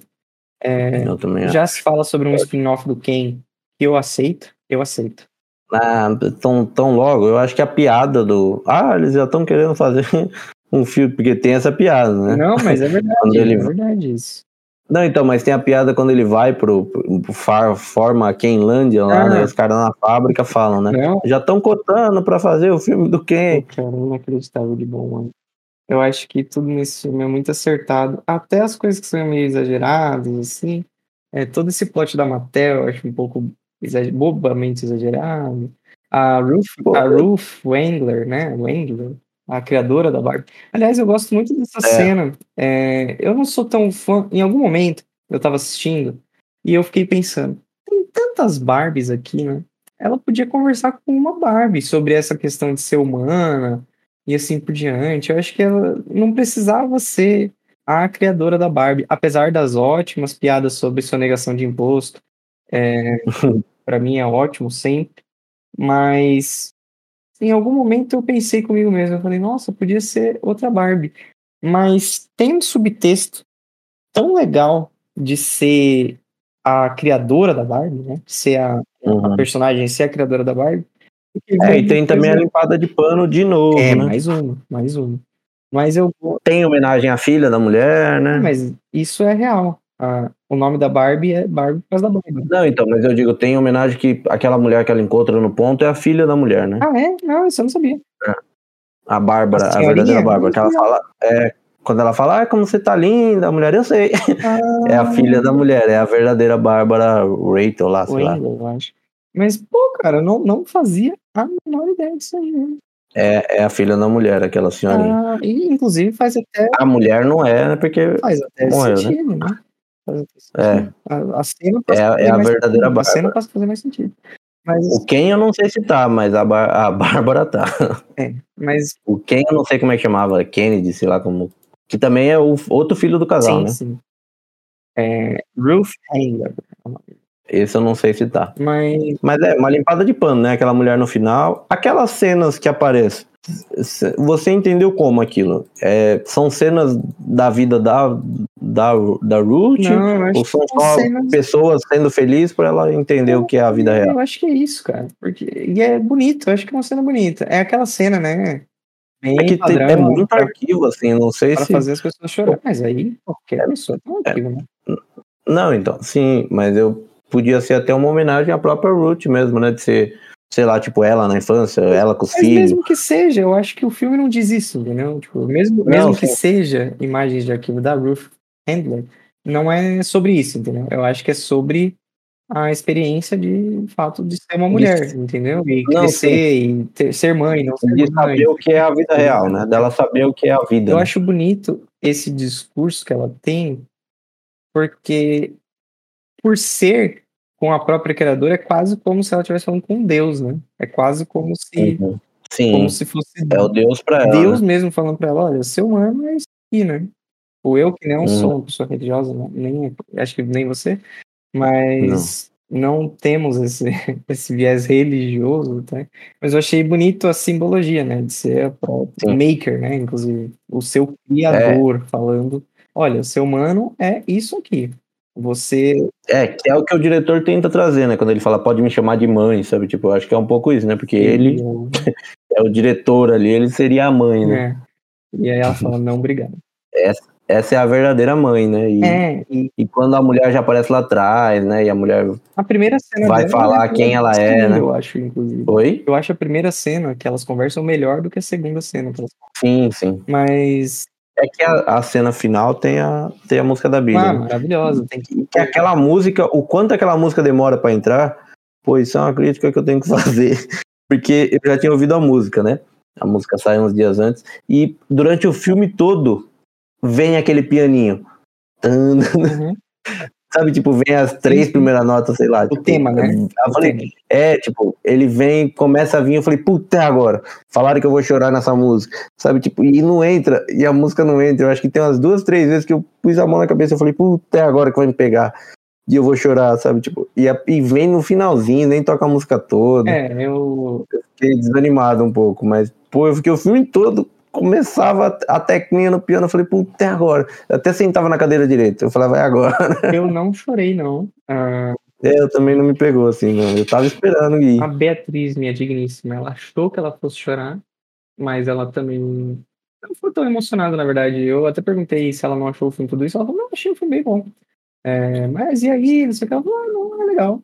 É, Eu também já acho. se fala sobre um spin-off do Ken, que eu aceito, eu aceito. Ah, tão, tão logo, eu acho que a piada do. Ah, eles já estão querendo fazer um filme, porque tem essa piada, né? Não, mas é verdade, Quando ele- é verdade isso. Não, então, mas tem a piada quando ele vai pro, pro far, forma Kenlândia lá, Ah. né? Os caras na fábrica falam, né? Não, Já estão cotando pra fazer o filme do pô, Ken. cara, inacreditável de bom, mano. Eu acho que tudo nesse filme é muito acertado. Até as coisas que são meio exageradas, assim. É, todo esse plot da Mattel eu acho um pouco exa- bobamente exagerado. A Ruth, Pô, a Ruth Wangler, né? Wangler, a criadora da Barbie. Aliás, eu gosto muito dessa É. cena. É, eu não sou tão fã. Em algum momento, eu tava assistindo e eu fiquei pensando: tem tantas Barbies aqui, né? Ela podia conversar com uma Barbie sobre essa questão de ser humana e assim por diante. Eu acho que ela não precisava ser a criadora da Barbie, apesar das ótimas piadas sobre sonegação de imposto. É, para mim é ótimo sempre, mas em algum momento eu pensei comigo mesmo, eu falei, nossa, podia ser outra Barbie. Mas tem um subtexto tão legal de ser a criadora da Barbie, né? Ser a, a Uhum. personagem, ser a criadora da Barbie. que É, vem e tem uma também a coisa- limpada de pano de novo, É, né? mais uma, mais uma. Mas eu Tem homenagem à filha da mulher, né? Mas isso é real. Ah, o nome da Barbie é Barbie por causa da Barbie. Não, então, mas eu digo, tem homenagem que aquela mulher que ela encontra no ponto é a filha da mulher, né? Ah, é? Não, isso eu não sabia. A Bárbara, A a, senhorinha? verdadeira Bárbara, que ela Não fala, é, quando ela fala, ah, como você tá linda, a mulher, eu sei. Ah, É a filha da mulher, é a verdadeira Bárbara Rachel lá, sei lá. Wendell, eu acho. Mas, pô, cara, eu não, não fazia a menor ideia disso aí, né? É, é a filha da mulher, aquela senhorinha. Ah, e, inclusive, faz até, A mulher não é, né, porque faz até morreu, né? sentido, né? Faz até É. sentido. A, a cena É, passa a a- fazer é a mais verdadeira sentido. A cena Bárbara. passa a fazer mais sentido. Mas, O Ken eu não sei se tá, mas a, Bar- a Bárbara tá. é, mas O Ken eu não sei como é que chamava, Kennedy, sei lá como. Que também é o outro filho do casal, sim, né? sim. É, Ruth Handler. Esse eu não sei se tá. Mas. Mas é, uma limpada de pano, né? Aquela mulher no final. Aquelas cenas que aparecem. Você entendeu como aquilo? É, são cenas da vida da, da, da Ruth? Não, eu acho ou são que são só cenas- pessoas sendo felizes por ela entender o que é a vida real? Eu acho que é isso, cara. Porque, e é bonito, eu acho que é uma cena bonita. É aquela cena, né? Bem É que tem- padrão é muito pra, arquivo, assim, não sei pra se... fazer as pessoas chorar. Mas aí, qualquer pessoa tem um arquivo, né? Não, então, sim, mas eu podia ser até uma homenagem à própria Ruth mesmo, né? De ser, sei lá, tipo, ela na infância, ela com os Mas filhos. mesmo que seja, eu acho que o filme não diz isso, entendeu? Tipo, mesmo, Não, mesmo que sim. seja imagens de arquivo da Ruth Handler, não é sobre isso, entendeu? Eu acho que é sobre a experiência de fato de ser uma mulher, entendeu? E Não, crescer e ter- ser mãe, não ser De mãe. saber o que é a vida real, né? Dela saber o que é a vida. Eu né? acho bonito esse discurso que ela tem, porque por ser com a própria criadora, é quase como se ela estivesse falando com Deus, né? É quase como se, Uhum. Sim, como se fosse é o Deus pra ela, Deus né? mesmo falando pra ela, olha, ser humano é isso aqui, né? Ou eu, que não Uhum. sou uma pessoa religiosa, né? Nem, acho que nem você, mas não, temos esse, esse viés religioso, tá? Mas eu achei bonito a simbologia, né? De ser a própria Sim. maker, né? Inclusive, o seu criador falando, olha, ser humano é isso aqui. Você É, que é o que o diretor tenta trazer, né? Quando ele fala, pode me chamar de mãe, sabe? Tipo, eu acho que é um pouco isso, né? Porque ele é o diretor ali, ele seria a mãe, né? É. E aí ela fala, não, obrigado. Essa, essa é a verdadeira mãe, né? E, É, e e quando a mulher já aparece lá atrás, né? E a mulher a primeira cena vai dela falar é quem ela a é, segunda, né? eu acho, inclusive. Oi? Eu acho a primeira cena que elas conversam melhor do que a segunda cena. que elas- Sim, sim. Mas, É que a, a cena final tem a, tem a música da Billie. ah, né? maravilhosa. Tem que... Que aquela música, o quanto aquela música demora pra entrar, pô, isso é uma crítica que eu tenho que fazer. Porque eu já tinha ouvido a música, né? A música saiu uns dias antes. E durante o filme todo, vem aquele pianinho. Tan, Uhum. Sabe, tipo, vem as três sim. primeiras notas, sei lá. O tipo, tema, né? Eu O falei, tema. é, tipo, ele vem, começa a vir, eu falei, puta, é agora. Falaram que eu vou chorar nessa música. Sabe, tipo, e não entra, e a música não entra. Eu acho que tem umas duas, três vezes que eu pus a mão na cabeça, eu falei, puta, é agora que vai me pegar. E eu vou chorar, sabe, tipo, e, a, e vem no finalzinho, nem toca a música toda. É, eu... Eu fiquei desanimado um pouco, mas, pô, eu fiquei o filme todo, começava a teclinha no piano, eu falei, puta, é agora. Eu até sentava na cadeira direita, eu falava, é agora. eu não chorei, não. Ah, É, eu também não me pegou assim, não. Eu tava esperando ir. a Beatriz, minha digníssima, ela achou que ela fosse chorar, mas ela também não foi tão emocionada, na verdade. Eu até perguntei se ela não achou o filme tudo isso, ela falou, não, achei o filme bem bom. É, mas e aí, não sei o que, ela falou, ah, não, é legal.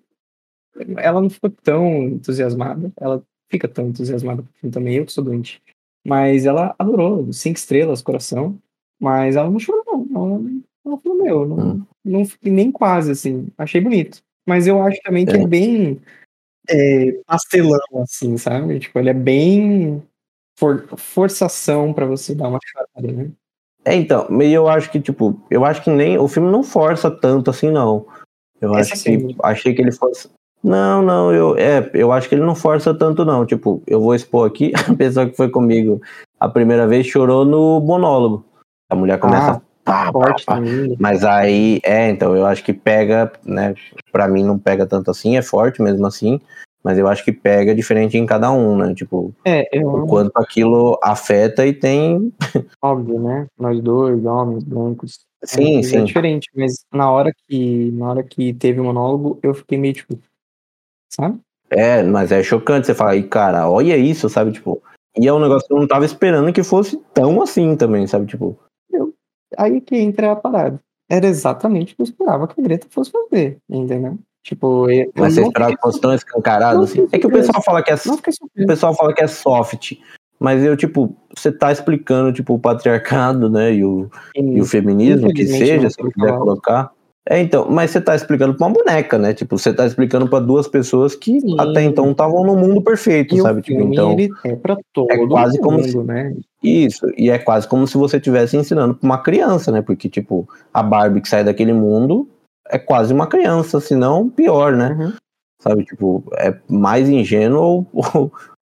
Ela não ficou tão entusiasmada, ela fica tão entusiasmada com o filme também, eu que sou doente. Mas ela adorou, cinco estrelas, coração, mas ela não chorou, não. Ela, ela falou, meu, não, Hum. não fiquei nem quase, assim, achei bonito. Mas eu acho também que é, É. bem é, pastelão, assim, sabe? Tipo, ele é bem for- forçação pra você dar uma chorada, né? É, então, mas eu acho que, tipo, eu acho que nem. O filme não força tanto assim, não. Eu Essa acho que. cena. Achei que ele fosse. Não, não, eu. É, eu acho que ele não força tanto, não. Tipo, eu vou expor aqui, a pessoa que foi comigo a primeira vez chorou no monólogo. A mulher começa. Ah, pá, pá, forte pá. também. Mas aí, é, então, eu acho que pega, né? Pra mim não pega tanto assim, é forte mesmo assim. Mas eu acho que pega diferente em cada um, né? Tipo, É, eu o quanto aquilo afeta e tem. óbvio, né? Nós dois, homens, brancos. Sim, é, sim. É diferente, mas na hora que na hora que teve o monólogo, eu fiquei meio tipo, sabe? É, mas é chocante você falar, e cara, olha isso, sabe, tipo, e é um negócio que eu não tava esperando que fosse tão assim também, sabe, tipo. Eu, aí que entra a parada. Era exatamente o que eu esperava que a Greta fosse fazer, entendeu? Tipo, eu, eu Mas você não esperava fiquei que fosse tão escancarado, não assim. fiquei É que o surpreso. pessoal fala que é, Não fiquei o surpreso. pessoal fala que é soft, mas eu, tipo, você tá explicando, tipo, o patriarcado, né, e o, e o feminismo, que Infelizmente, seja, não se foi quiser falado. colocar. É, então, mas você tá explicando pra uma boneca, né, tipo, você tá explicando pra duas pessoas que Sim. até então estavam no mundo perfeito, E sabe, o tipo, filme, então. ele é pra todo É quase mundo, como se- né? Isso, e é quase como se você estivesse ensinando pra uma criança, né? Porque, tipo, a Barbie que sai daquele mundo é quase uma criança, se não pior, né? Uhum. Sabe, tipo, é mais ingênuo ou, ou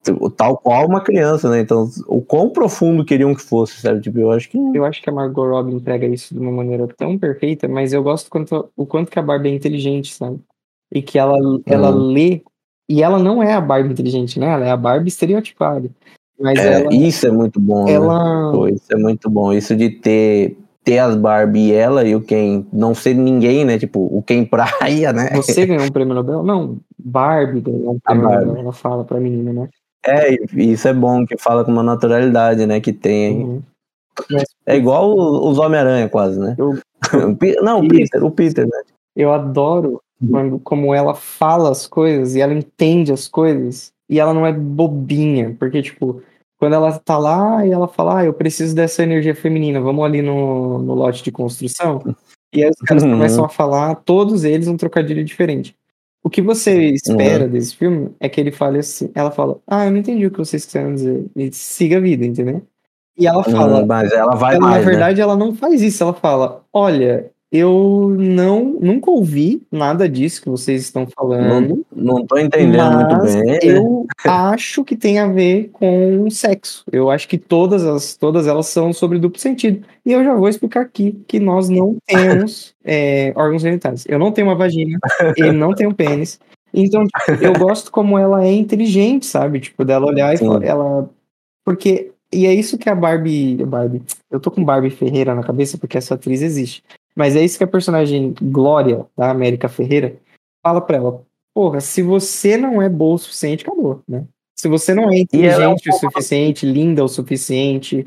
tal qual uma criança, né? Então, o quão profundo queriam que fosse, sabe? Tipo, eu acho que... Eu acho que a Margot Robbie entrega isso de uma maneira tão perfeita, mas eu gosto quanto, o quanto que a Barbie é inteligente, sabe? E que ela, ela Uhum. lê... E ela não é a Barbie inteligente, né? Ela é a Barbie estereotipada. Mas É, ela... isso é muito bom, né? ela... Pô, isso é muito bom. Isso de ter, ter as Barbie e ela e o Ken não ser ninguém, né? Tipo, o Ken praia, né? Você ganhou um prêmio Nobel? Não, Barbie ganhou um A prêmio Barbie. Nobel. Ela fala pra menina, né? É, e isso é bom, que fala com uma naturalidade, né? Que tem. Uhum. Mas, É igual os os Homem-Aranha, quase, né? eu, O Pe- Não, o Isso. Peter, o Peter, né? eu adoro quando, como ela fala as coisas e ela entende as coisas e ela não é bobinha, porque, tipo, quando ela tá lá e ela fala, ah, eu preciso dessa energia feminina, vamos ali no, no lote de construção, e aí os caras Uhum. começam a falar, todos eles um trocadilho diferente. O que você espera Uhum. desse filme é que ele fale assim, ela fala, ah, eu não entendi o que vocês quiseram dizer, e siga a vida, entendeu? E ela fala, Hum, mas ela vai ela, mais, na verdade, ela não faz isso. Ela fala: olha, eu não nunca ouvi nada disso que vocês estão né? falando, Não, não tô entendendo muito mas bem, né? eu acho que tem a ver com sexo. Eu acho que todas as todas elas são sobre duplo sentido. E eu já vou explicar aqui que nós não temos é, órgãos genitais. Eu não tenho uma vagina, ele não tem um pênis. Então, tipo, eu gosto como ela é inteligente, sabe? Tipo, dela olhar e falar, Sim. ela. Porque. E é isso que a Barbie, Barbie. Eu tô com Barbie Ferreira na cabeça porque essa atriz existe. Mas é isso que a personagem Glória, da América Ferreira, fala pra ela. Porra, se você não é boa o suficiente, acabou, né? Se você não é E ela é um inteligente o suficiente, linda o suficiente,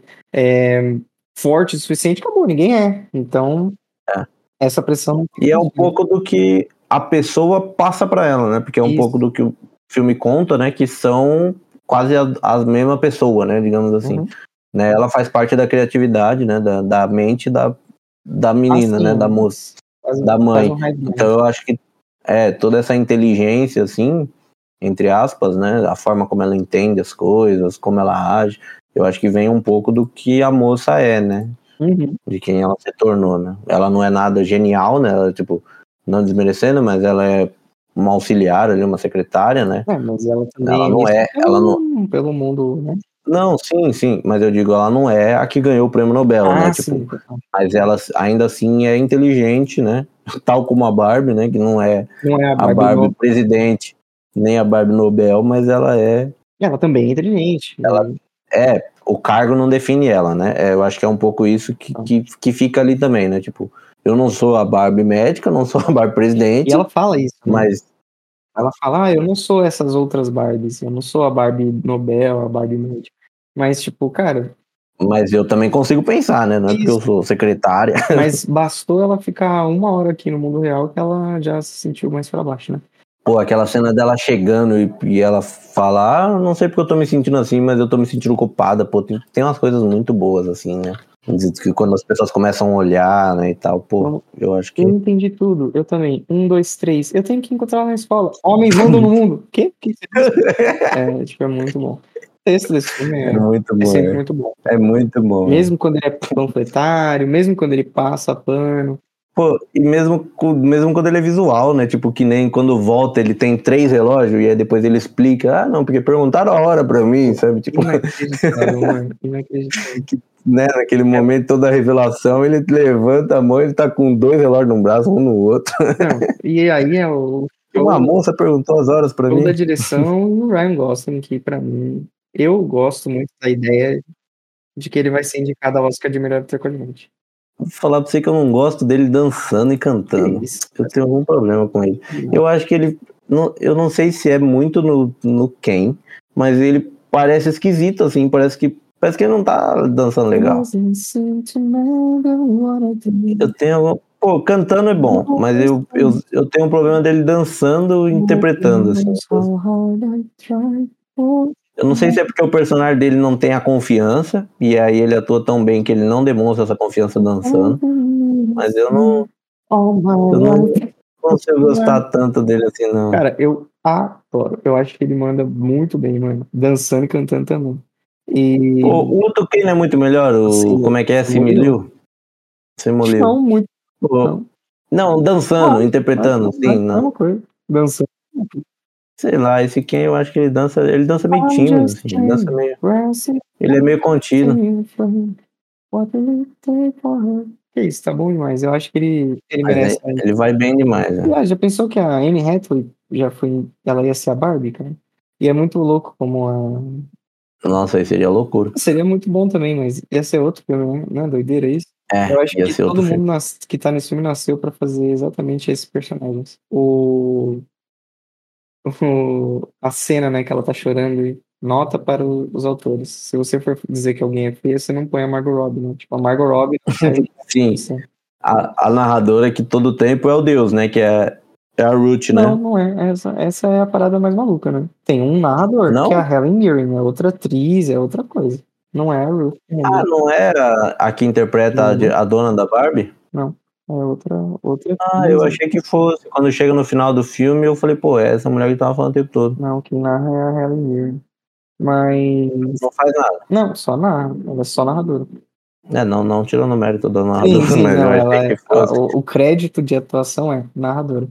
é, forte o suficiente, acabou, ninguém é. Então, É. essa pressão. E é um pouco do que a pessoa passa pra ela, né? Porque é um Isso. pouco do que o filme conta, né? Que são quase a, a mesma pessoa, né? Digamos assim. Uhum. Né? Ela faz parte da criatividade, né? Da, da mente da, da menina, Assim, né? Da moça, faz um- da faz mãe. um highlight. Então eu acho que é toda essa inteligência, assim, entre aspas, né? A forma como ela entende as coisas, como ela age, eu acho que vem um pouco do que a moça é, né? Uhum. De quem ela se tornou, né? Ela não é nada genial, né? Ela, tipo, não desmerecendo, mas ela é uma auxiliar ali, uma secretária, né? É, mas ela também Ela é não isso é, pelo, ela não... pelo mundo, né? Não, sim, sim, mas eu digo, ela não é a que ganhou o prêmio Nobel, né? Ah, Tipo, sim. mas ela ainda assim é inteligente, né? Tal como a Barbie, né? Que não é Não é a a Barbie Barbie Nobel. presidente, nem a Barbie Nobel, mas ela é... Ela também é inteligente. Ela né? é, o cargo não define ela, né? É, eu acho que é um pouco isso que, que, que fica ali também, né? Tipo, eu não sou a Barbie médica, não sou a Barbie presidente, E ela fala isso, né? mas Ela fala, ah, eu não sou essas outras Barbies, eu não sou a Barbie Nobel, a Barbie médica. Mas, tipo, cara, mas eu também consigo pensar, né? Não é porque eu isso. sou secretária. Mas bastou ela ficar uma hora aqui no mundo real que ela já se sentiu mais pra baixo, né? Pô, aquela cena dela chegando e, e ela fala, ah, não sei porque eu tô me sentindo assim, mas eu tô me sentindo culpada. Pô, tem, tem umas coisas muito boas, assim, né? Que quando as pessoas começam a olhar, né, e tal, pô, Vamos- eu acho que... Eu entendi tudo, eu também. Um, dois, três. Eu tenho que encontrar ela na escola. Homens mandam no mundo. Quê? Que que você disse? É, tipo, é muito bom. O texto desse filme É é, muito é bom, sempre é. muito bom. É muito bom. né? Mesmo quando ele é panfletário, mesmo quando ele passa pano. Pô, e mesmo, co- mesmo quando ele é visual, né? Tipo, que nem quando volta ele tem três relógios e aí depois ele explica, ah, não, porque perguntaram a hora pra mim, sabe? Tipo, Inacreditável, mano. Inacreditável. né? Naquele momento, toda a revelação, ele levanta a mão, ele tá com dois relógios num braço, um no outro. Não, e aí é o E uma moça perguntou as horas pra show mim. da direção e o Ryan Gosling, que pra mim, eu gosto muito da ideia de que ele vai ser indicado ao Oscar de melhor ator coadjuvante. Vou falar pra você que eu não gosto dele dançando e cantando. Que isso? Eu tenho algum problema com ele. Eu acho que ele. Não, eu não sei se é muito no, no Ken, mas ele parece esquisito, assim. Parece que, parece que ele não tá dançando legal. Eu tenho. algum- Pô, cantando é bom, mas eu, eu, eu tenho um problema dele dançando e interpretando, assim. Eu não sei se é porque o personagem dele não tem a confiança, e aí ele atua tão bem que ele não demonstra essa confiança dançando. Mas eu não. Eu não consigo gostar tanto dele assim, não. Cara, eu adoro. Eu acho que ele manda muito bem, mano. Dançando e cantando também. E. Pô, o outro Ken é muito melhor, o, Sim, como é que é? Simu Liu? Similiu? Similiu. Não, muito. Pô, Não. não, dançando, Ah, interpretando, não, sim, não. É não. uma coisa. Dançando. Sei lá, esse Ken eu acho que ele dança, ele dança meio tímido, assim, ele dança meio, ele é meio contido. Que isso, tá bom demais. Eu acho que ele, ele Mas merece. é- ele vai bem demais, né? Ah, já pensou que a Anne Hathaway já foi, ela ia ser a Barbie, cara? E é muito louco como a... Nossa, aí seria loucura. Seria muito bom também, mas ia ser outro filme, né? Não é doideira isso? É, Eu acho ia que ser outro todo filme. mundo nas- que tá nesse filme nasceu pra fazer exatamente esses personagens. O... o... A cena, né, que ela tá chorando e nota para o- os autores. Se você for dizer que alguém é feio, você não põe a Margot Robbie, né? Tipo, a Margot Robbie não serve pra Sim, você. a, a narradora que todo tempo é o Deus, né? Que é, é a Ruth, Não, né? não é. Essa, essa é a parada mais maluca, né? Tem um narrador, Não? que é a Helen Mirren, é outra atriz, é outra coisa. Não é a Ruth. Ah, não era a que interpreta a, de- a dona da Barbie? Não, é outra, outra Ah, atriz. eu achei que fosse. Quando chega no final do filme, eu falei, pô, é essa mulher que tava falando o tempo todo. Não, quem narra é a Helen Mirren. Mas. Não faz nada. Não, só narra. Ela é só narradora. É, não, não tirando o mérito da Sim, narradora, sim, mas eu não, ela achei é. que fosse. O, o crédito de atuação é narradora.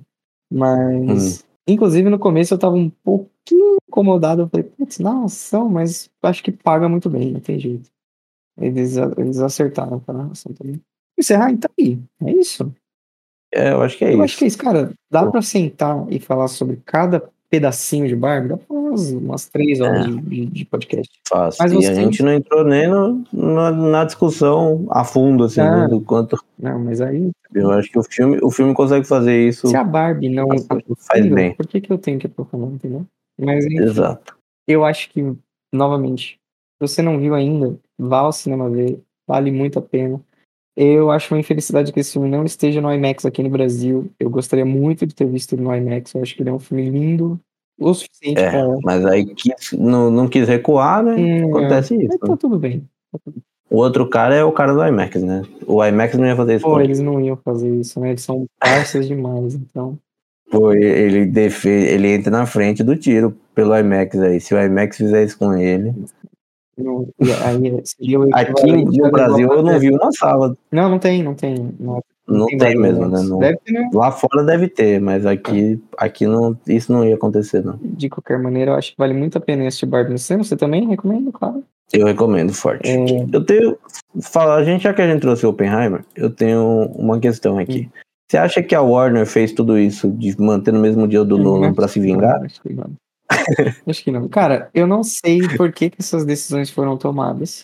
Mas. Hum. Inclusive, no começo eu tava um pouquinho incomodado. Eu falei, putz, narração, mas acho que paga muito bem, não tem jeito. Eles, eles acertaram com a narração também. Encerrar, então aí. É isso. É, eu acho que é Eu isso. acho que é isso, cara. Dá Pô. pra sentar e falar sobre cada pedacinho de Barbie? Dá pra umas, umas três horas É. de, de, de podcast. Fácil. Mas E você. a gente não entrou nem no, na, na discussão a fundo, assim, Ah. né, do quanto. Não, mas aí. Eu acho que o filme, o filme consegue fazer isso. Se a Barbie não faz aprofunda, bem. por que, que eu tenho que aprofundar, entendeu? Mas enfim, Exato. eu acho que, novamente, se você não viu ainda, vá ao cinema ver, vale muito a pena. Eu acho uma infelicidade que esse filme não esteja no IMAX aqui no Brasil. Eu gostaria muito de ter visto ele no IMAX. Eu acho que ele é um filme lindo o suficiente É, pra. mas aí quis, não, não quis recuar, né? Hum, Acontece é. isso. Mas tá né? tudo bem. Tá tudo bem. O outro cara é o cara do IMAX, né? O IMAX não ia fazer isso. Pô, com eles não iam fazer isso, né? Eles são parças demais, então. Pô, ele, defe... ele entra na frente do tiro pelo IMAX aí. Se o IMAX fizer isso com ele. Não, e aí seria o Aqui equivalente a no Brasil levar eu não pra- vi uma sala. Não, não tem, não tem. Não, Não tem Barbie mesmo, IMAX. né? Não- Deve ter, né? Lá fora deve ter, mas aqui, aqui não, isso não ia acontecer, não. De qualquer maneira, eu acho que vale muito a pena assistir Barbie no cinema. Você também recomenda, claro. Eu recomendo forte. É. Eu tenho. Fala, a gente, já que a gente trouxe o Oppenheimer, eu tenho uma questão aqui. Hum. Você acha que a Warner fez tudo isso de manter no mesmo dia do Nolan pra se vingar? Acho que não. Acho que não. Cara, eu não sei por que, que essas decisões foram tomadas.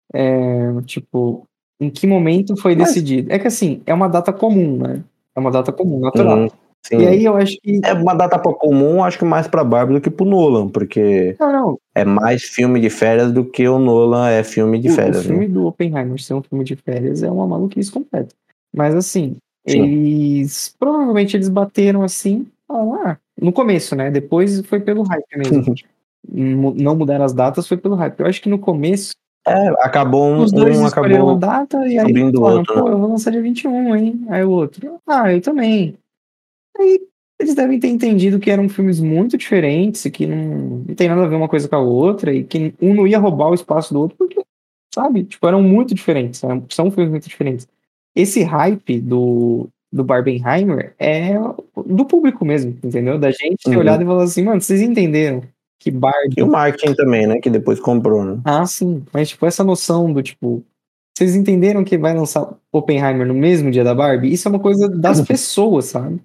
É, tipo, em que momento foi Mas- decidido? É que assim, é uma data comum, né? É uma data comum, natural. Uhum, sim. E aí eu acho que. É uma data comum, acho que mais pra Barbie do que pro Nolan, porque Não, não. é mais filme de férias do que o Nolan é filme de O, o férias, filme né? do Oppenheimer ser um filme de férias é uma maluquice completa. Mas assim, Sim. eles. Provavelmente eles bateram assim. falaram, ah, no começo, né? Depois foi pelo hype mesmo. Mu- Não mudaram as datas, foi pelo hype. Eu acho que no começo, É, acabou um, os dois um escolheram a acabou data e aí subindo o falaram, outro, pô, né? eu vou lançar dia vinte e um, hein? Aí o outro, ah, eu também. Aí eles devem ter entendido que eram filmes muito diferentes e que não, não tem nada a ver uma coisa com a outra e que um não ia roubar o espaço do outro porque, sabe, tipo, eram muito diferentes, eram- são filmes muito diferentes. Esse hype do, do Barbenheimer é do público mesmo, entendeu? Da gente ter Uhum. olhado e falado assim, mano, vocês entenderam que Barbie... E o marketing também, né? Que depois comprou, né? Ah, sim, mas tipo, essa noção do tipo, vocês entenderam que vai lançar Oppenheimer no mesmo dia da Barbie? Isso é uma coisa das pessoas, sabe?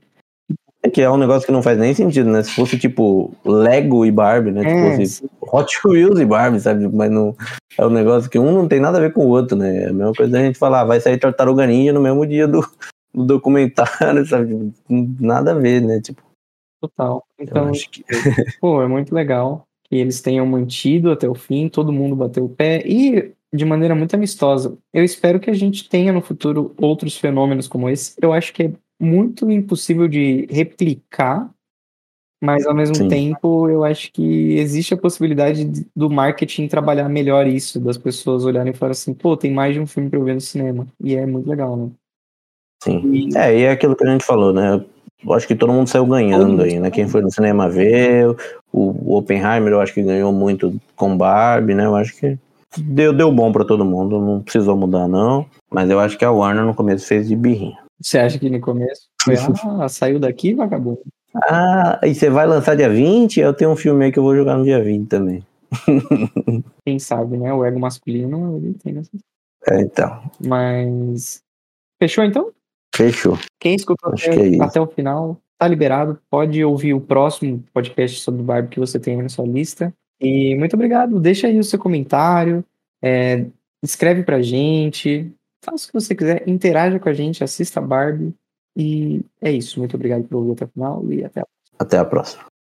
É que é um negócio que não faz nem sentido, né? Se fosse tipo Lego e Barbie, né? É, Se fosse Hot Wheels e Barbie, sabe? Mas não é um negócio que um não tem nada a ver com o outro, né? É a mesma coisa da gente falar, ah, vai sair Tartaruga Ninja no mesmo dia do, do documentário, sabe? Tipo, nada a ver, né? Tipo, total. eu Então, acho que pô, é muito legal que eles tenham mantido até o fim, todo mundo bateu o pé e de maneira muito amistosa. Eu espero que a gente tenha no futuro outros fenômenos como esse. Eu acho que é muito impossível de replicar, mas ao mesmo Sim. tempo eu acho que existe a possibilidade de- do marketing trabalhar melhor isso, das pessoas olharem e falarem assim, pô, tem mais de um filme pra eu ver no cinema. E é muito legal, né? sim. É, e é aquilo que a gente falou, né? Eu acho que todo mundo saiu ganhando Todo aí, mundo né? Quem foi no cinema ver, o, o Oppenheimer eu acho que ganhou muito com Barbie, né? Eu acho que deu, deu bom pra todo mundo, não precisou mudar não. Mas eu acho que a Warner no começo fez de birrinha. Você acha que no começo foi, ah, saiu daqui, vagabundo? Ah, e você vai lançar dia vinte? Eu tenho um filme aí que eu vou jogar no dia vinte também. Quem sabe, né? O ego masculino, ele tem essa... É, então. Mas... Fechou, então? Fechou. Quem escutou Acho até, que é isso. até o final, tá liberado. Pode ouvir o próximo podcast sobre Barbie que você tem aí na sua lista. E muito obrigado. Deixa aí o seu comentário. É, escreve pra gente. Faça o que você quiser. Interaja com a gente. Assista Barbie. E é isso. Muito obrigado por ouvir até o final. E até a Até a próxima.